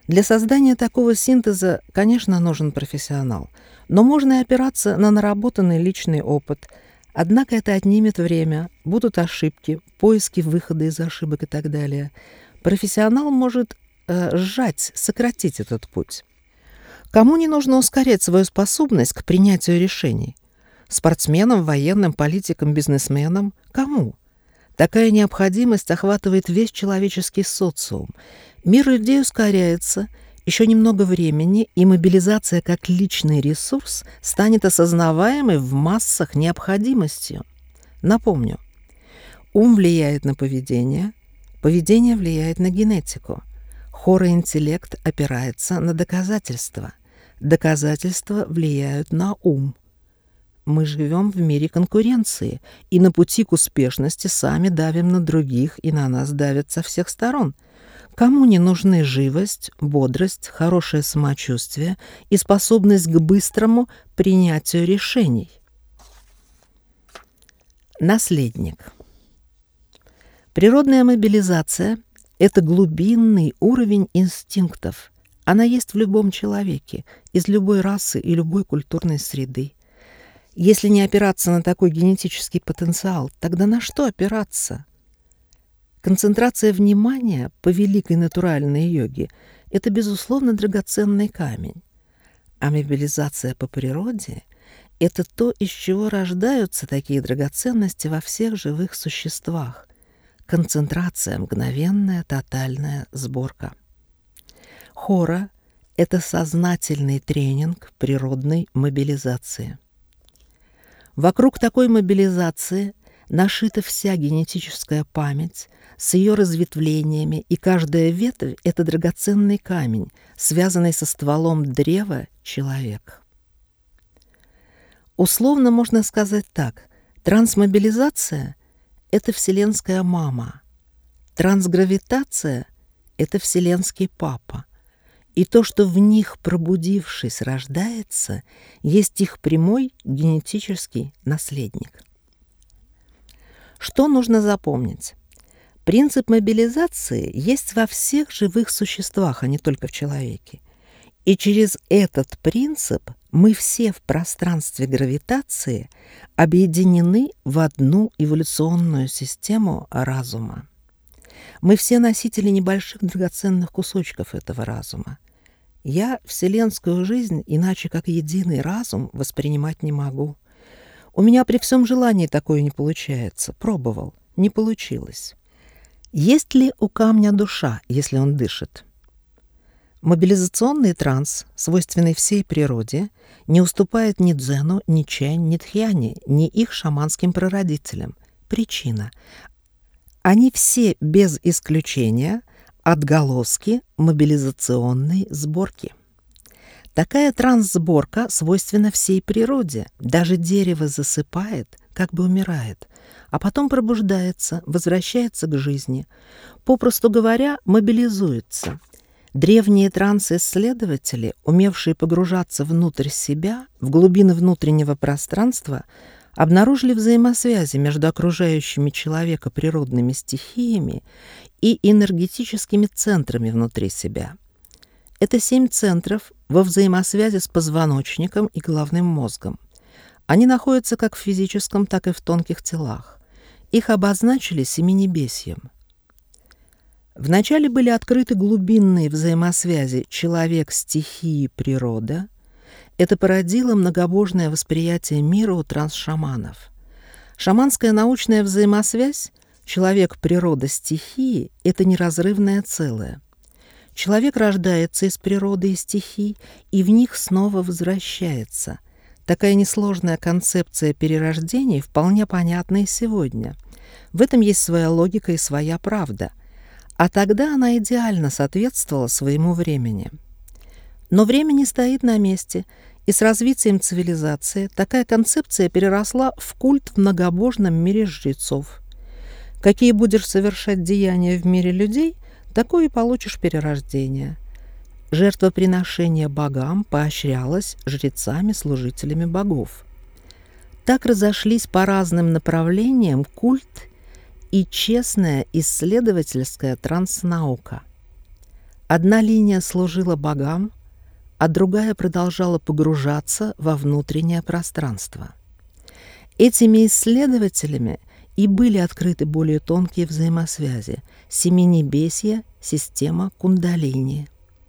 Для создания такого синтеза, конечно, нужен профессионал, но можно и опираться на наработанный личный опыт. Однако это отнимет время, будут ошибки, поиски выхода из ошибок и так далее. Профессионал может э, сжать, сократить этот путь. Кому не нужно ускорять свою способность к принятию решений? Спортсменам, военным, политикам, бизнесменам? Кому? Такая необходимость охватывает весь человеческий социум. Мир людей ускоряется, еще немного времени, и мобилизация как личный ресурс станет осознаваемой в массах необходимостью. Напомню, ум влияет на поведение, поведение влияет на генетику. Хороинтеллект опирается на доказательства. Доказательства влияют на ум. Мы живем в мире конкуренции, и на пути к успешности сами давим на других, и на нас давят со всех сторон. Кому не нужны живость, бодрость, хорошее самочувствие и способность к быстрому принятию решений? Наследник. Природная мобилизация – это глубинный уровень инстинктов. Она есть в любом человеке, из любой расы и любой культурной среды. Если не опираться на такой генетический потенциал, тогда на что опираться? Концентрация внимания по великой натуральной йоге – это, безусловно, драгоценный камень. А мобилизация по природе – это то, из чего рождаются такие драгоценности во всех живых существах. Концентрация – мгновенная, тотальная сборка. Хора – это сознательный тренинг природной мобилизации. Вокруг такой мобилизации нашита вся генетическая память с ее разветвлениями, и каждая ветвь – это драгоценный камень, связанный со стволом древа человек. Условно можно сказать так: трансмобилизация – это вселенская мама, трансгравитация – это вселенский папа. И то, что в них, пробудившись, рождается, есть их прямой генетический наследник. Что нужно запомнить? Принцип мобилизации есть во всех живых существах, а не только в человеке. И через этот принцип мы все в пространстве гравитации объединены в одну эволюционную систему разума. Мы все носители небольших драгоценных кусочков этого разума. Я вселенскую жизнь иначе как единый разум воспринимать не могу. У меня при всем желании такое не получается. Пробовал, не получилось. Есть ли у камня душа, если он дышит? Мобилизационный транс, свойственный всей природе, не уступает ни дзену, ни чань, ни тхьяне, ни их шаманским прародителям. Причина. Они все без исключения отголоски мобилизационной сборки. Такая транс-сборка свойственна всей природе. Даже дерево засыпает, как бы умирает, а потом пробуждается, возвращается к жизни. Попросту говоря, мобилизуется. Древние транс-исследователи, умевшие погружаться внутрь себя, в глубины внутреннего пространства, обнаружили взаимосвязи между окружающими человека природными стихиями и энергетическими центрами внутри себя. Это семь центров во взаимосвязи с позвоночником и головным мозгом. Они находятся как в физическом, так и в тонких телах. Их обозначили семинебесьем. Вначале были открыты глубинные взаимосвязи человек-стихии-природа. Это породило многобожное восприятие мира у трансшаманов. Шаманская научная взаимосвязь человек-природа-стихии – это неразрывное целое. Человек рождается из природы и стихий и в них снова возвращается. Такая несложная концепция перерождений вполне понятна и сегодня. В этом есть своя логика и своя правда. А тогда она идеально соответствовала своему времени. Но время не стоит на месте, и с развитием цивилизации такая концепция переросла в культ в многобожном мире жрецов. Какие будешь совершать деяния в мире людей, такое и получишь перерождение. Жертвоприношение богам поощрялось жрецами-служителями богов. Так разошлись по разным направлениям культ и честная исследовательская транснаука. Одна линия служила богам, а другая продолжала погружаться во внутреннее пространство. Этими исследователями и были открыты более тонкие взаимосвязи — семинебесье, система кундалини.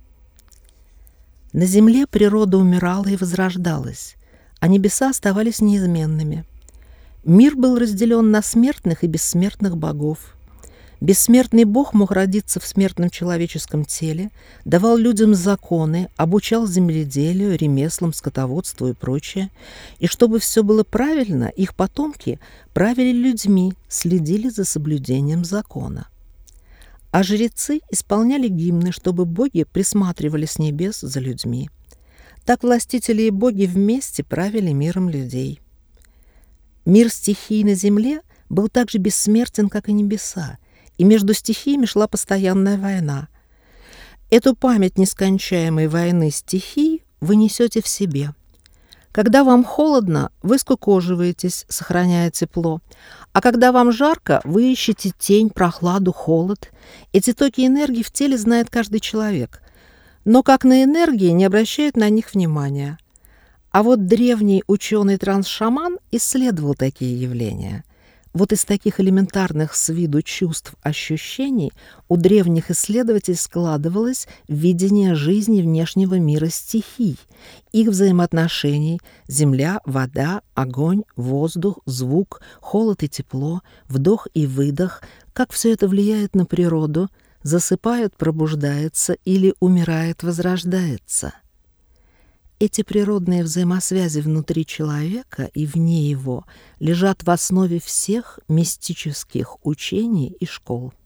На Земле природа умирала и возрождалась, а небеса оставались неизменными. Мир был разделен на смертных и бессмертных богов. Бессмертный бог мог родиться в смертном человеческом теле, давал людям законы, обучал земледелию, ремеслам, скотоводству и прочее. И чтобы все было правильно, их потомки правили людьми, следили за соблюдением закона. А жрецы исполняли гимны, чтобы боги присматривали с небес за людьми. Так властители и боги вместе правили миром людей. Мир стихий на земле был так же бессмертен, как и небеса, и между стихиями шла постоянная война. Эту память нескончаемой войны стихий вы несете в себе. Когда вам холодно, вы скукоживаетесь, сохраняя тепло, а когда вам жарко, вы ищете тень, прохладу, холод. Эти токи энергии в теле знает каждый человек, но как на энергии не обращает на них внимания. А вот древний ученый-трансшаман исследовал такие явления. Вот из таких элементарных с виду чувств, ощущений у древних исследователей складывалось видение жизни внешнего мира стихий, их взаимоотношений — земля, вода, огонь, воздух, звук, холод и тепло, вдох и выдох, как все это влияет на природу, засыпает, пробуждается или умирает, возрождается. Эти природные взаимосвязи внутри человека и вне его лежат в основе всех мистических учений и школ.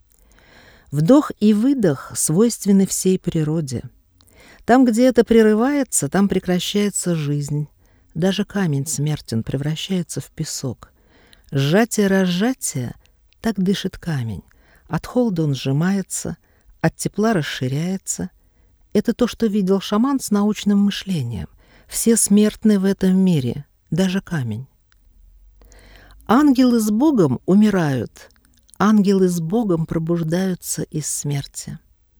Вдох и выдох свойственны всей природе. Там, где это прерывается, там прекращается жизнь. Даже камень смертен, превращается в песок. Сжатие-разжатие — так дышит камень. От холода он сжимается, от тепла расширяется. Это то, что видел шаман с научным мышлением. Все смертны в этом мире, даже камень. Ангелы с Богом умирают, ангелы с Богом пробуждаются из смерти.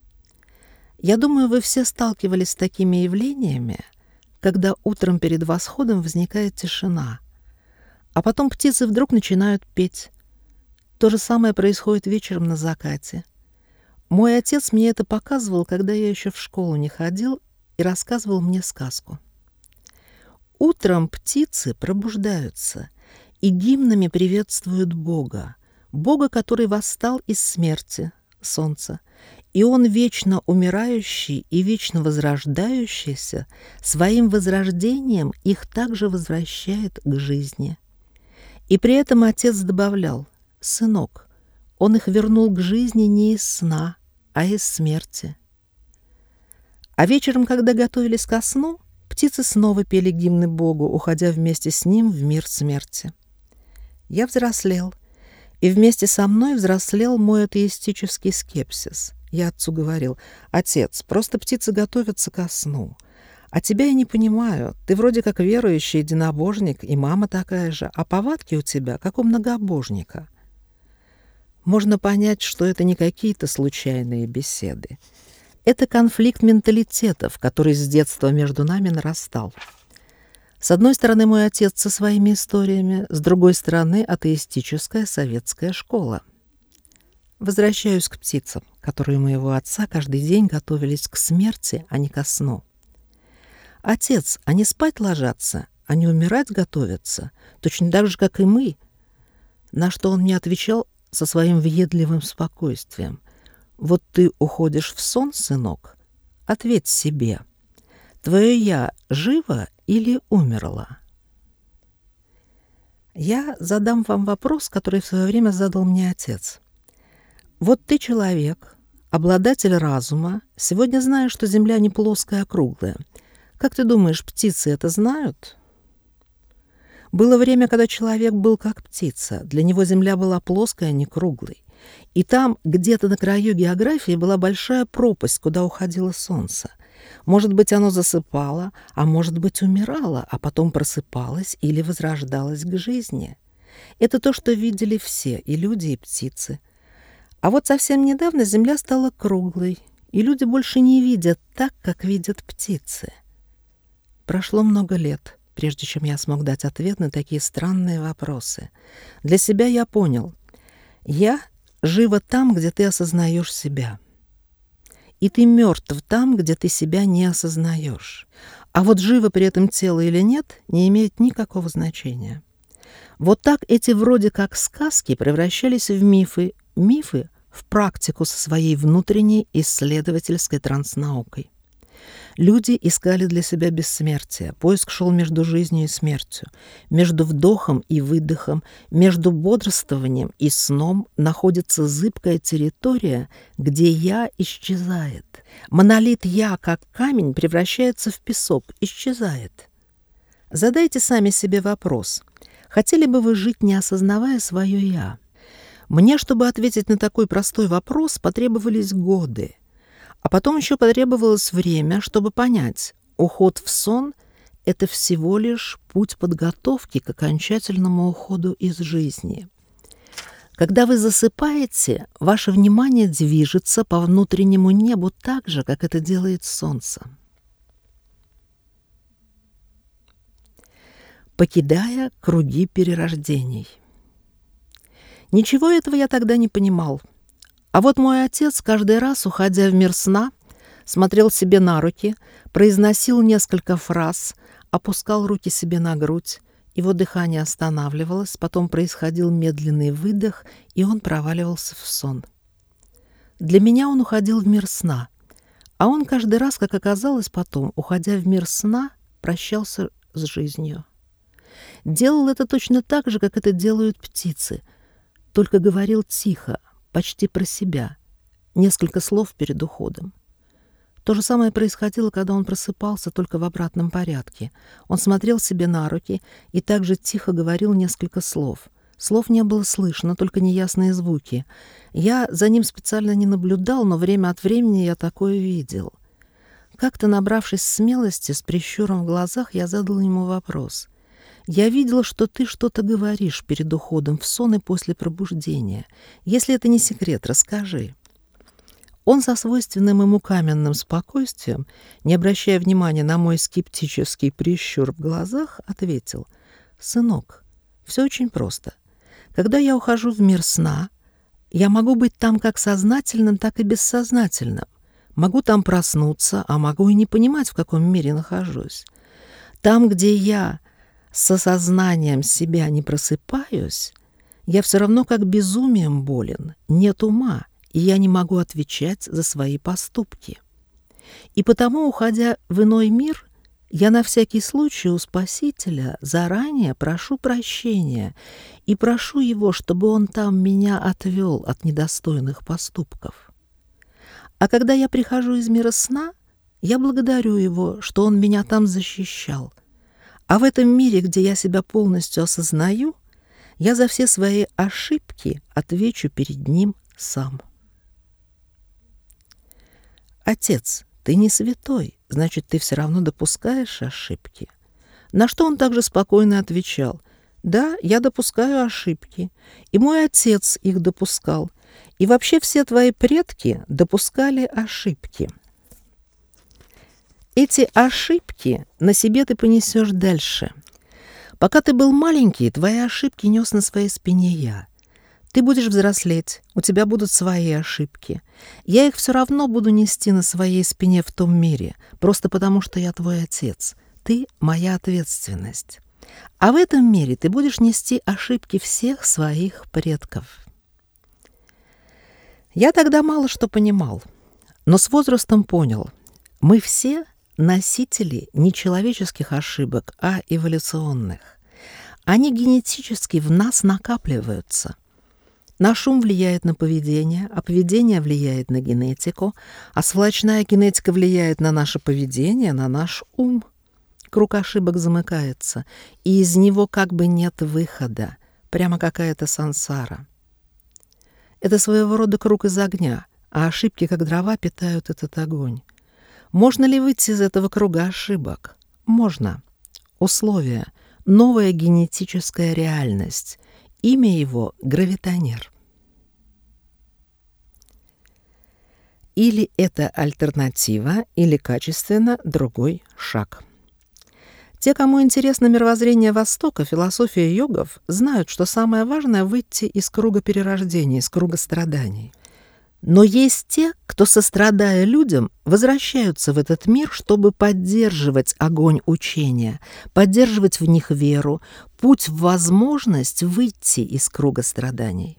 Я думаю, вы все сталкивались с такими явлениями, когда утром перед восходом возникает тишина, а потом птицы вдруг начинают петь. То же самое происходит вечером на закате. Мой отец мне это показывал, когда я еще в школу не ходил, и рассказывал мне сказку. Утром птицы пробуждаются и гимнами приветствуют Бога, Бога, который восстал из смерти, солнца, и Он, вечно умирающий и вечно возрождающийся, своим возрождением их также возвращает к жизни. И при этом отец добавлял: «Сынок, Он их вернул к жизни не из сна, а из смерти». А вечером, когда готовились ко сну, птицы снова пели гимны Богу, уходя вместе с Ним в мир смерти. Я взрослел, и вместе со мной взрослел мой атеистический скепсис. Я отцу говорил: «Отец, просто птицы готовятся ко сну. А тебя я не понимаю. Ты вроде как верующий единобожник, и мама такая же, а повадки у тебя, как у многобожника». Можно понять, что это не какие-то случайные беседы. Это конфликт менталитетов, который с детства между нами нарастал. С одной стороны, мой отец со своими историями, с другой стороны, атеистическая советская школа. Возвращаюсь к птицам, которые у моего отца каждый день готовились к смерти, а не ко сну. «Отец, они спать ложатся, они умирать готовятся, точно так же, как и мы». На что он мне отвечал со своим въедливым спокойствием: «Вот ты уходишь в сон, сынок? Ответь себе, твое «я» живо или умерло?» Я задам вам вопрос, который в свое время задал мне отец. Вот ты человек, обладатель разума, сегодня знаешь, что Земля не плоская, а круглая. Как ты думаешь, птицы это знают? Было время, когда человек был как птица. Для него Земля была плоской, а не круглой. И там, где-то на краю географии, была большая пропасть, куда уходило солнце. Может быть, оно засыпало, а может быть, умирало, а потом просыпалось или возрождалось к жизни. Это то, что видели все, и люди, и птицы. А вот совсем недавно Земля стала круглой, и люди больше не видят так, как видят птицы. Прошло много лет, прежде чем я смог дать ответ на такие странные вопросы. Для себя я понял: я жива там, где ты осознаешь себя. И ты мертв там, где ты себя не осознаешь. А вот живо при этом тело или нет, не имеет никакого значения. Вот так эти вроде как сказки превращались в мифы, мифы в практику со своей внутренней исследовательской транснаукой. Люди искали для себя бессмертие. Поиск шел между жизнью и смертью, между вдохом и выдохом, между бодрствованием и сном находится зыбкая территория, где «я» исчезает. Монолит «я», как камень, превращается в песок, исчезает. Задайте сами себе вопрос: хотели бы вы жить, не осознавая свое «я»? Мне, чтобы ответить на такой простой вопрос, потребовались годы. А потом еще потребовалось время, чтобы понять: уход в сон — это всего лишь путь подготовки к окончательному уходу из жизни. Когда вы засыпаете, ваше внимание движется по внутреннему небу так же, как это делает солнце. Покидая круги перерождений. Ничего этого я тогда не понимал. А вот мой отец каждый раз, уходя в мир сна, смотрел себе на руки, произносил несколько фраз, опускал руки себе на грудь, его дыхание останавливалось, потом происходил медленный выдох, и он проваливался в сон. Для меня он уходил в мир сна, а он каждый раз, как оказалось потом, уходя в мир сна, прощался с жизнью. Делал это точно так же, как это делают птицы, только говорил тихо, почти про себя, несколько слов перед уходом. То же самое происходило, когда он просыпался, только в обратном порядке. Он смотрел себе на руки и также тихо говорил несколько слов. Слов не было слышно, только неясные звуки. Я за ним специально не наблюдал, но время от времени я такое видел. Как-то, набравшись смелости, с прищуром в глазах, я задал ему вопрос. «Я видел, что ты что-то говоришь перед уходом в сон и после пробуждения. Если это не секрет, расскажи». Он со свойственным ему каменным спокойствием, не обращая внимания на мой скептический прищур в глазах, ответил: «Сынок, все очень просто. Когда я ухожу в мир сна, я могу быть там как сознательным, так и бессознательным. Могу там проснуться, а могу и не понимать, в каком мире нахожусь. Там, где я с осознанием себя не просыпаюсь, я все равно как безумием болен, нет ума, и я не могу отвечать за свои поступки. И потому, уходя в иной мир, я на всякий случай у Спасителя заранее прошу прощения и прошу Его, чтобы Он там меня отвел от недостойных поступков. А когда я прихожу из мира сна, я благодарю Его, что Он меня там защищал. А в этом мире, где я себя полностью осознаю, я за все свои ошибки отвечу перед Ним сам». «Отец, ты не святой, значит, ты все равно допускаешь ошибки». На что он также спокойно отвечал: «Да, я допускаю ошибки, и мой отец их допускал, и вообще все твои предки допускали ошибки. Эти ошибки на себе ты понесешь дальше. Пока ты был маленький, твои ошибки нес на своей спине я. Ты будешь взрослеть, у тебя будут свои ошибки. Я их все равно буду нести на своей спине в том мире, просто потому что я твой отец. Ты — моя ответственность. А в этом мире ты будешь нести ошибки всех своих предков». Я тогда мало что понимал, но с возрастом понял: мы все носители не человеческих ошибок, а эволюционных. Они генетически в нас накапливаются. Наш ум влияет на поведение, а поведение влияет на генетику, а сволочная генетика влияет на наше поведение, на наш ум. Круг ошибок замыкается, и из него как бы нет выхода, прямо какая-то сансара. Это своего рода круг из огня, а ошибки, как дрова, питают этот огонь. Можно ли выйти из этого круга ошибок? Можно. Условия: новая генетическая реальность. Имя его — гравитонер. Или это альтернатива, или качественно другой шаг. Те, кому интересно мировоззрение Востока, философия йогов, знают, что самое важное — выйти из круга перерождения, из круга страданий. Но есть те, кто, сострадая людям, возвращаются в этот мир, чтобы поддерживать огонь учения, поддерживать в них веру, путь в возможность выйти из круга страданий.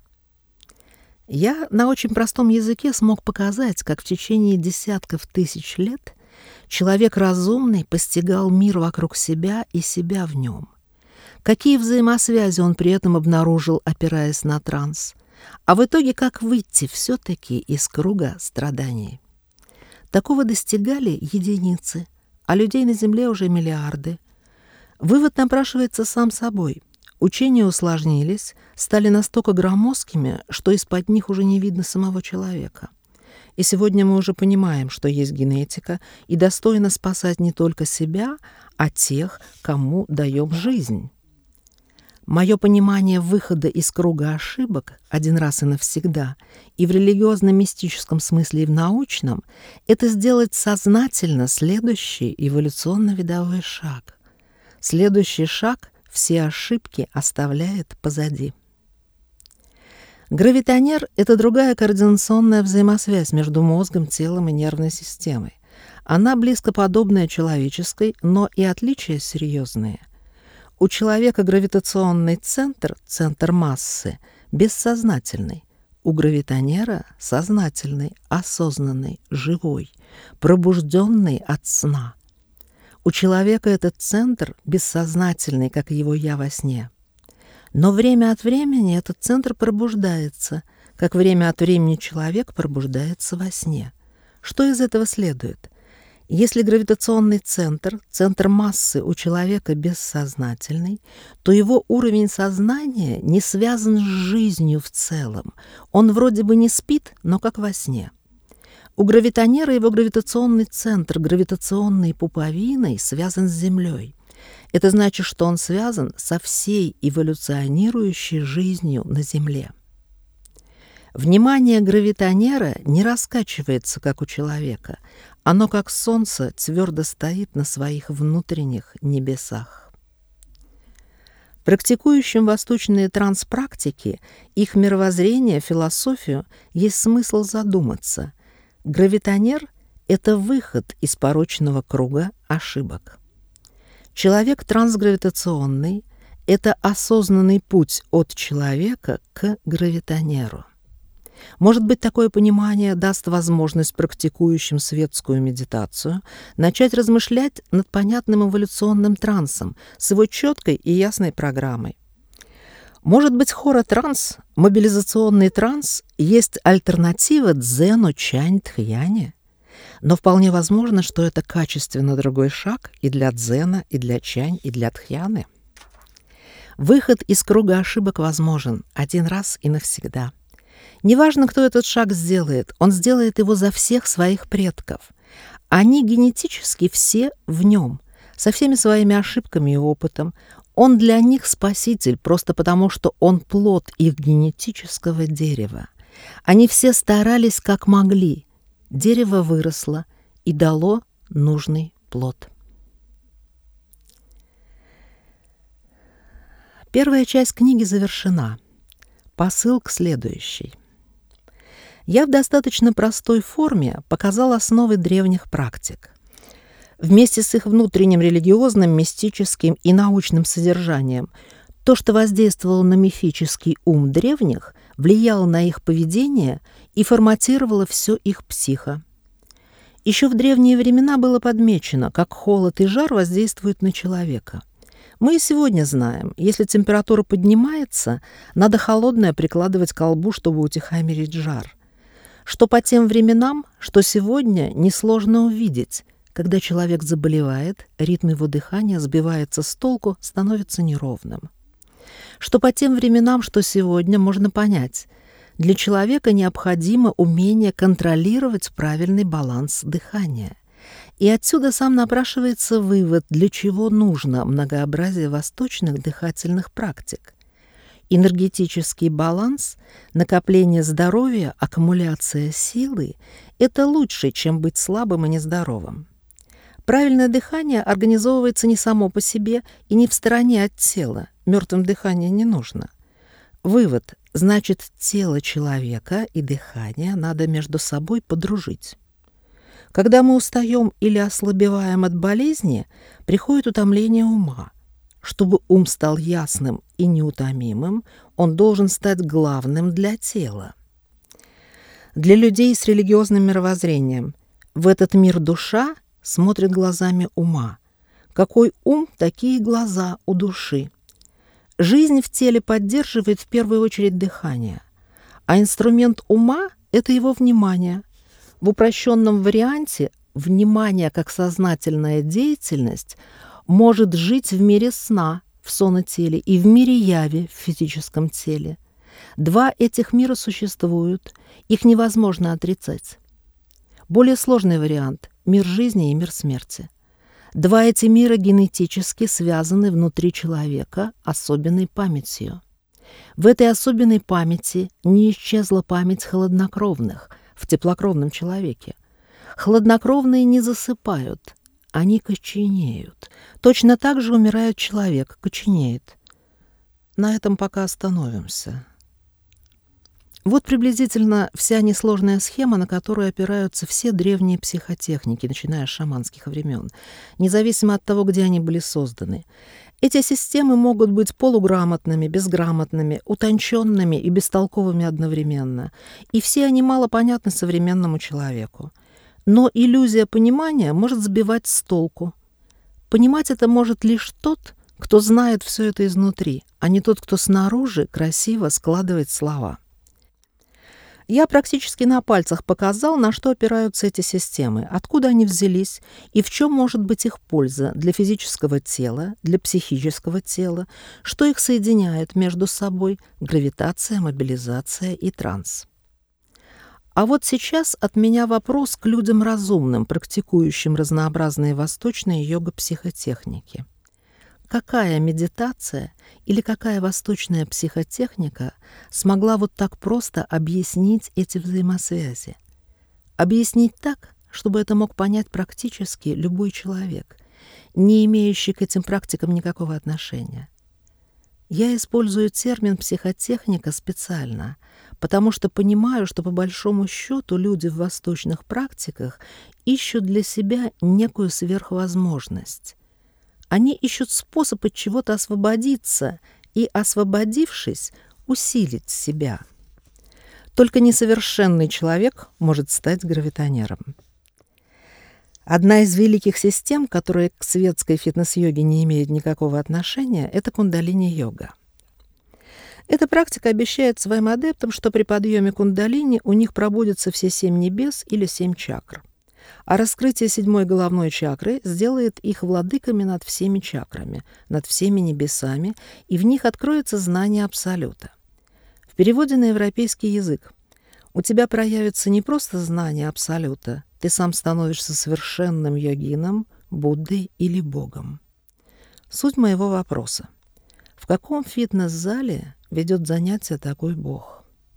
Я на очень простом языке смог показать, как в течение десятков тысяч лет человек разумный постигал мир вокруг себя и себя в нем. Какие взаимосвязи он при этом обнаружил, опираясь на транс. А в итоге, как выйти все-таки из круга страданий. Такого достигали единицы, а людей на Земле уже миллиарды. Вывод напрашивается сам собой. Учения усложнились, стали настолько громоздкими, что из-под них уже не видно самого человека. И сегодня мы уже понимаем, что есть генетика, и достойно спасать не только себя, а тех, кому даем жизнь. Мое понимание выхода из круга ошибок один раз и навсегда, и в религиозно-мистическом смысле, и в научном, это сделать сознательно следующий эволюционно-видовой шаг. Следующий шаг все ошибки оставляет позади. Гравитонер — это другая координационная взаимосвязь между мозгом, телом и нервной системой. Она близко подобная человеческой, но и отличия серьезные. У человека гравитационный центр, центр массы, бессознательный. У гравитонера сознательный, осознанный, живой, пробужденный от сна. У человека этот центр бессознательный, как его «я» во сне. Но время от времени этот центр пробуждается, как время от времени человек пробуждается во сне. Что из этого следует? Если гравитационный центр, центр массы у человека бессознательный, то его уровень сознания не связан с жизнью в целом. Он вроде бы не спит, но как во сне. У гравитонера его гравитационный центр, гравитационной пуповиной, связан с Землей. Это значит, что он связан со всей эволюционирующей жизнью на Земле. Внимание гравитонера не раскачивается, как у человека. Оно, как солнце, твердо стоит на своих внутренних небесах. Практикующим восточные транс-практики, их мировоззрение, философию, есть смысл задуматься. Гравитонер — это выход из порочного круга ошибок. Человек трансгравитационный — это осознанный путь от человека к гравитонеру. Может быть, такое понимание даст возможность практикующим светскую медитацию начать размышлять над понятным эволюционным трансом с его четкой и ясной программой. Может быть, хоротранс, мобилизационный транс, есть альтернатива дзену, чань, тхьяне? Но вполне возможно, что это качественно другой шаг и для дзена, и для чань, и для тхьяны. Выход из круга ошибок возможен один раз и навсегда. Неважно, кто этот шаг сделает, он сделает его за всех своих предков. Они генетически все в нем, со всеми своими ошибками и опытом. Он для них спаситель, просто потому, что он плод их генетического дерева. Они все старались как могли. Дерево выросло и дало нужный плод. Первая часть книги завершена. Посыл к следующей. Я в достаточно простой форме показал основы древних практик. Вместе с их внутренним религиозным, мистическим и научным содержанием, то, что воздействовало на мифический ум древних, влияло на их поведение и форматировало все их психо. Еще в древние времена было подмечено, как холод и жар воздействуют на человека. Мы и сегодня знаем, если температура поднимается, надо холодное прикладывать к колбу, чтобы утихомирить жар. Что по тем временам, что сегодня, несложно увидеть. Когда человек заболевает, ритм его дыхания сбивается с толку, становится неровным. Что по тем временам, что сегодня, можно понять. Для человека необходимо умение контролировать правильный баланс дыхания. И отсюда сам напрашивается вывод, для чего нужно многообразие восточных дыхательных практик. Энергетический баланс, накопление здоровья, аккумуляция силы – это лучше, чем быть слабым и нездоровым. Правильное дыхание организовывается не само по себе и не в стороне от тела. Мертвым дыхание не нужно. Вывод. Значит, тело человека и дыхание надо между собой подружить. Когда мы устаем или ослабеваем от болезни, приходит утомление ума. Чтобы ум стал ясным и неутомимым, он должен стать главным для тела. Для людей с религиозным мировоззрением в этот мир душа смотрит глазами ума. Какой ум, такие глаза у души. Жизнь в теле поддерживает в первую очередь дыхание, а инструмент ума – это его внимание. В упрощенном варианте внимание как сознательная деятельность может жить в мире сна, в сонотеле, и в мире яви, в физическом теле. Два этих мира существуют, их невозможно отрицать. Более сложный вариант – мир жизни и мир смерти. Два эти мира генетически связаны внутри человека особенной памятью. В этой особенной памяти не исчезла память хладнокровных в теплокровном человеке. Хладнокровные не засыпают, они коченеют. Точно так же умирает человек, коченеет. На этом пока остановимся. Вот приблизительно вся несложная схема, на которую опираются все древние психотехники, начиная с шаманских времен, независимо от того, где они были созданы. Эти системы могут быть полуграмотными, безграмотными, утонченными и бестолковыми одновременно, и все они мало понятны современному человеку. Но иллюзия понимания может сбивать с толку. Понимать это может лишь тот, кто знает все это изнутри, а не тот, кто снаружи красиво складывает слова. Я практически на пальцах показал, на что опираются эти системы, откуда они взялись и в чем может быть их польза для физического тела, для психического тела, что их соединяет между собой – гравитация, мобилизация и транс. А вот сейчас от меня вопрос к людям разумным, практикующим разнообразные восточные йога-психотехники. Какая медитация или какая восточная психотехника смогла вот так просто объяснить эти взаимосвязи? Объяснить так, чтобы это мог понять практически любой человек, не имеющий к этим практикам никакого отношения. Я использую термин «психотехника» специально, потому что понимаю, что по большому счету люди в восточных практиках ищут для себя некую сверхвозможность. Они ищут способ от чего-то освободиться и, освободившись, усилить себя. Только несовершенный человек может стать гравитонером. Одна из великих систем, которая к светской фитнес-йоге не имеет никакого отношения, это кундалини-йога. Эта практика обещает своим адептам, что при подъеме кундалини у них пробудятся все семь небес или семь чакр. А раскрытие седьмой головной чакры сделает их владыками над всеми чакрами, над всеми небесами, и в них откроется знание Абсолюта. В переводе на европейский язык у тебя проявится не просто знание Абсолюта, ты сам становишься совершенным йогином, Буддой или Богом. Суть моего вопроса. В каком фитнес-зале ведет занятие такой Бог?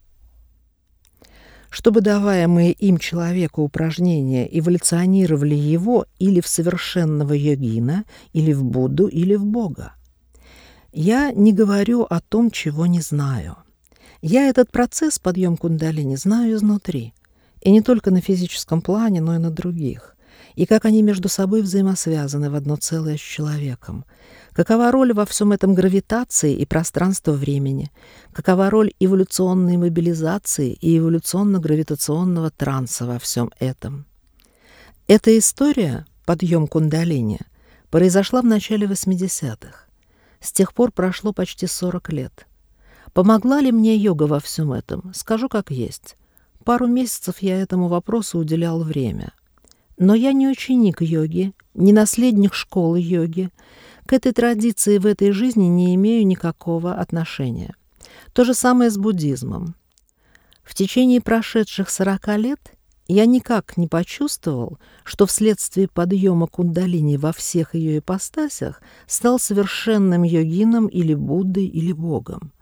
Чтобы даваемые им человеку упражнения эволюционировали его или в совершенного йогина, или в Будду, или в Бога. Я не говорю о том, чего не знаю. Я этот процесс, подъем кундалини, знаю изнутри. И не только на физическом плане, но и на других. И как они между собой взаимосвязаны в одно целое с человеком. Какова роль во всем этом гравитации и пространства-времени? Какова роль эволюционной мобилизации и эволюционно-гравитационного транса во всем этом? Эта история, подъем кундалини, произошла в начале восьмидесятых. С тех пор прошло почти сорок лет. Помогла ли мне йога во всем этом? Скажу как есть. Пару месяцев я этому вопросу уделял время. Но я не ученик йоги, не наследник школы йоги. К этой традиции в этой жизни не имею никакого отношения. То же самое с буддизмом. В течение прошедших сорока лет я никак не почувствовал, что вследствие подъема кундалини во всех ее ипостасях стал совершенным йогином или Буддой или Богом.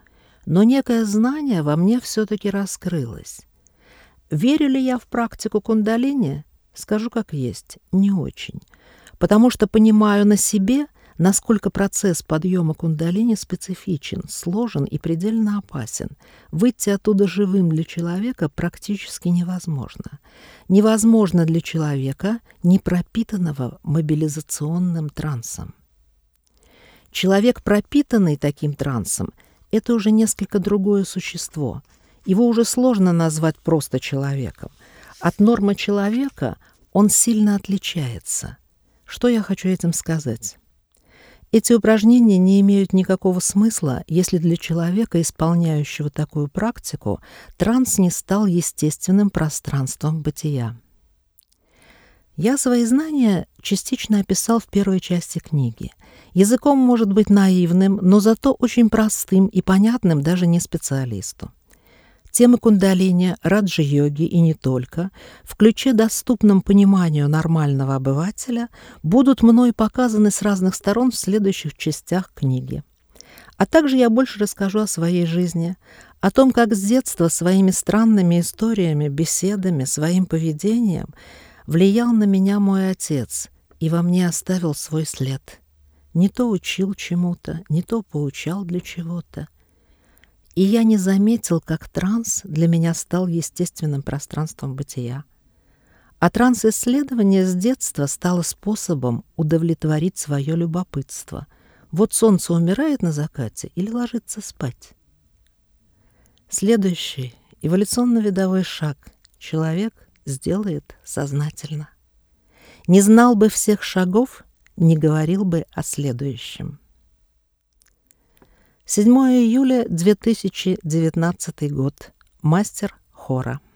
но некое знание во мне все-таки раскрылось. Верю ли я в практику кундалини? Скажу как есть, не очень, потому что понимаю на себе, насколько процесс подъема кундалини специфичен, сложен и предельно опасен. Выйти оттуда живым для человека практически невозможно. Невозможно для человека, не пропитанного мобилизационным трансом. Человек, пропитанный таким трансом, это уже несколько другое существо. Его уже сложно назвать просто человеком. От нормы человека он сильно отличается. Что я хочу этим сказать? Эти упражнения не имеют никакого смысла, если для человека, исполняющего такую практику, транс не стал естественным пространством бытия. Я свои знания частично описал в первой части книги. Языком может быть наивным, но зато очень простым и понятным даже не специалисту. Темы кундалини, раджа-йоги и не только, в ключе, доступном пониманию нормального обывателя, будут мной показаны с разных сторон в следующих частях книги. А также я больше расскажу о своей жизни, о том, как с детства своими странными историями, беседами, своим поведением влиял на меня мой отец и во мне оставил свой след. Не то учил чему-то, не то поучал для чего-то. И я не заметил, как транс для меня стал естественным пространством бытия. А транс-исследование с детства стало способом удовлетворить свое любопытство. Вот солнце умирает на закате или ложится спать? Следующий эволюционно-видовой шаг человек сделает сознательно. Не знал бы всех шагов, не говорил бы о следующем. седьмое июля две тысячи девятнадцатый год. Мастер хора.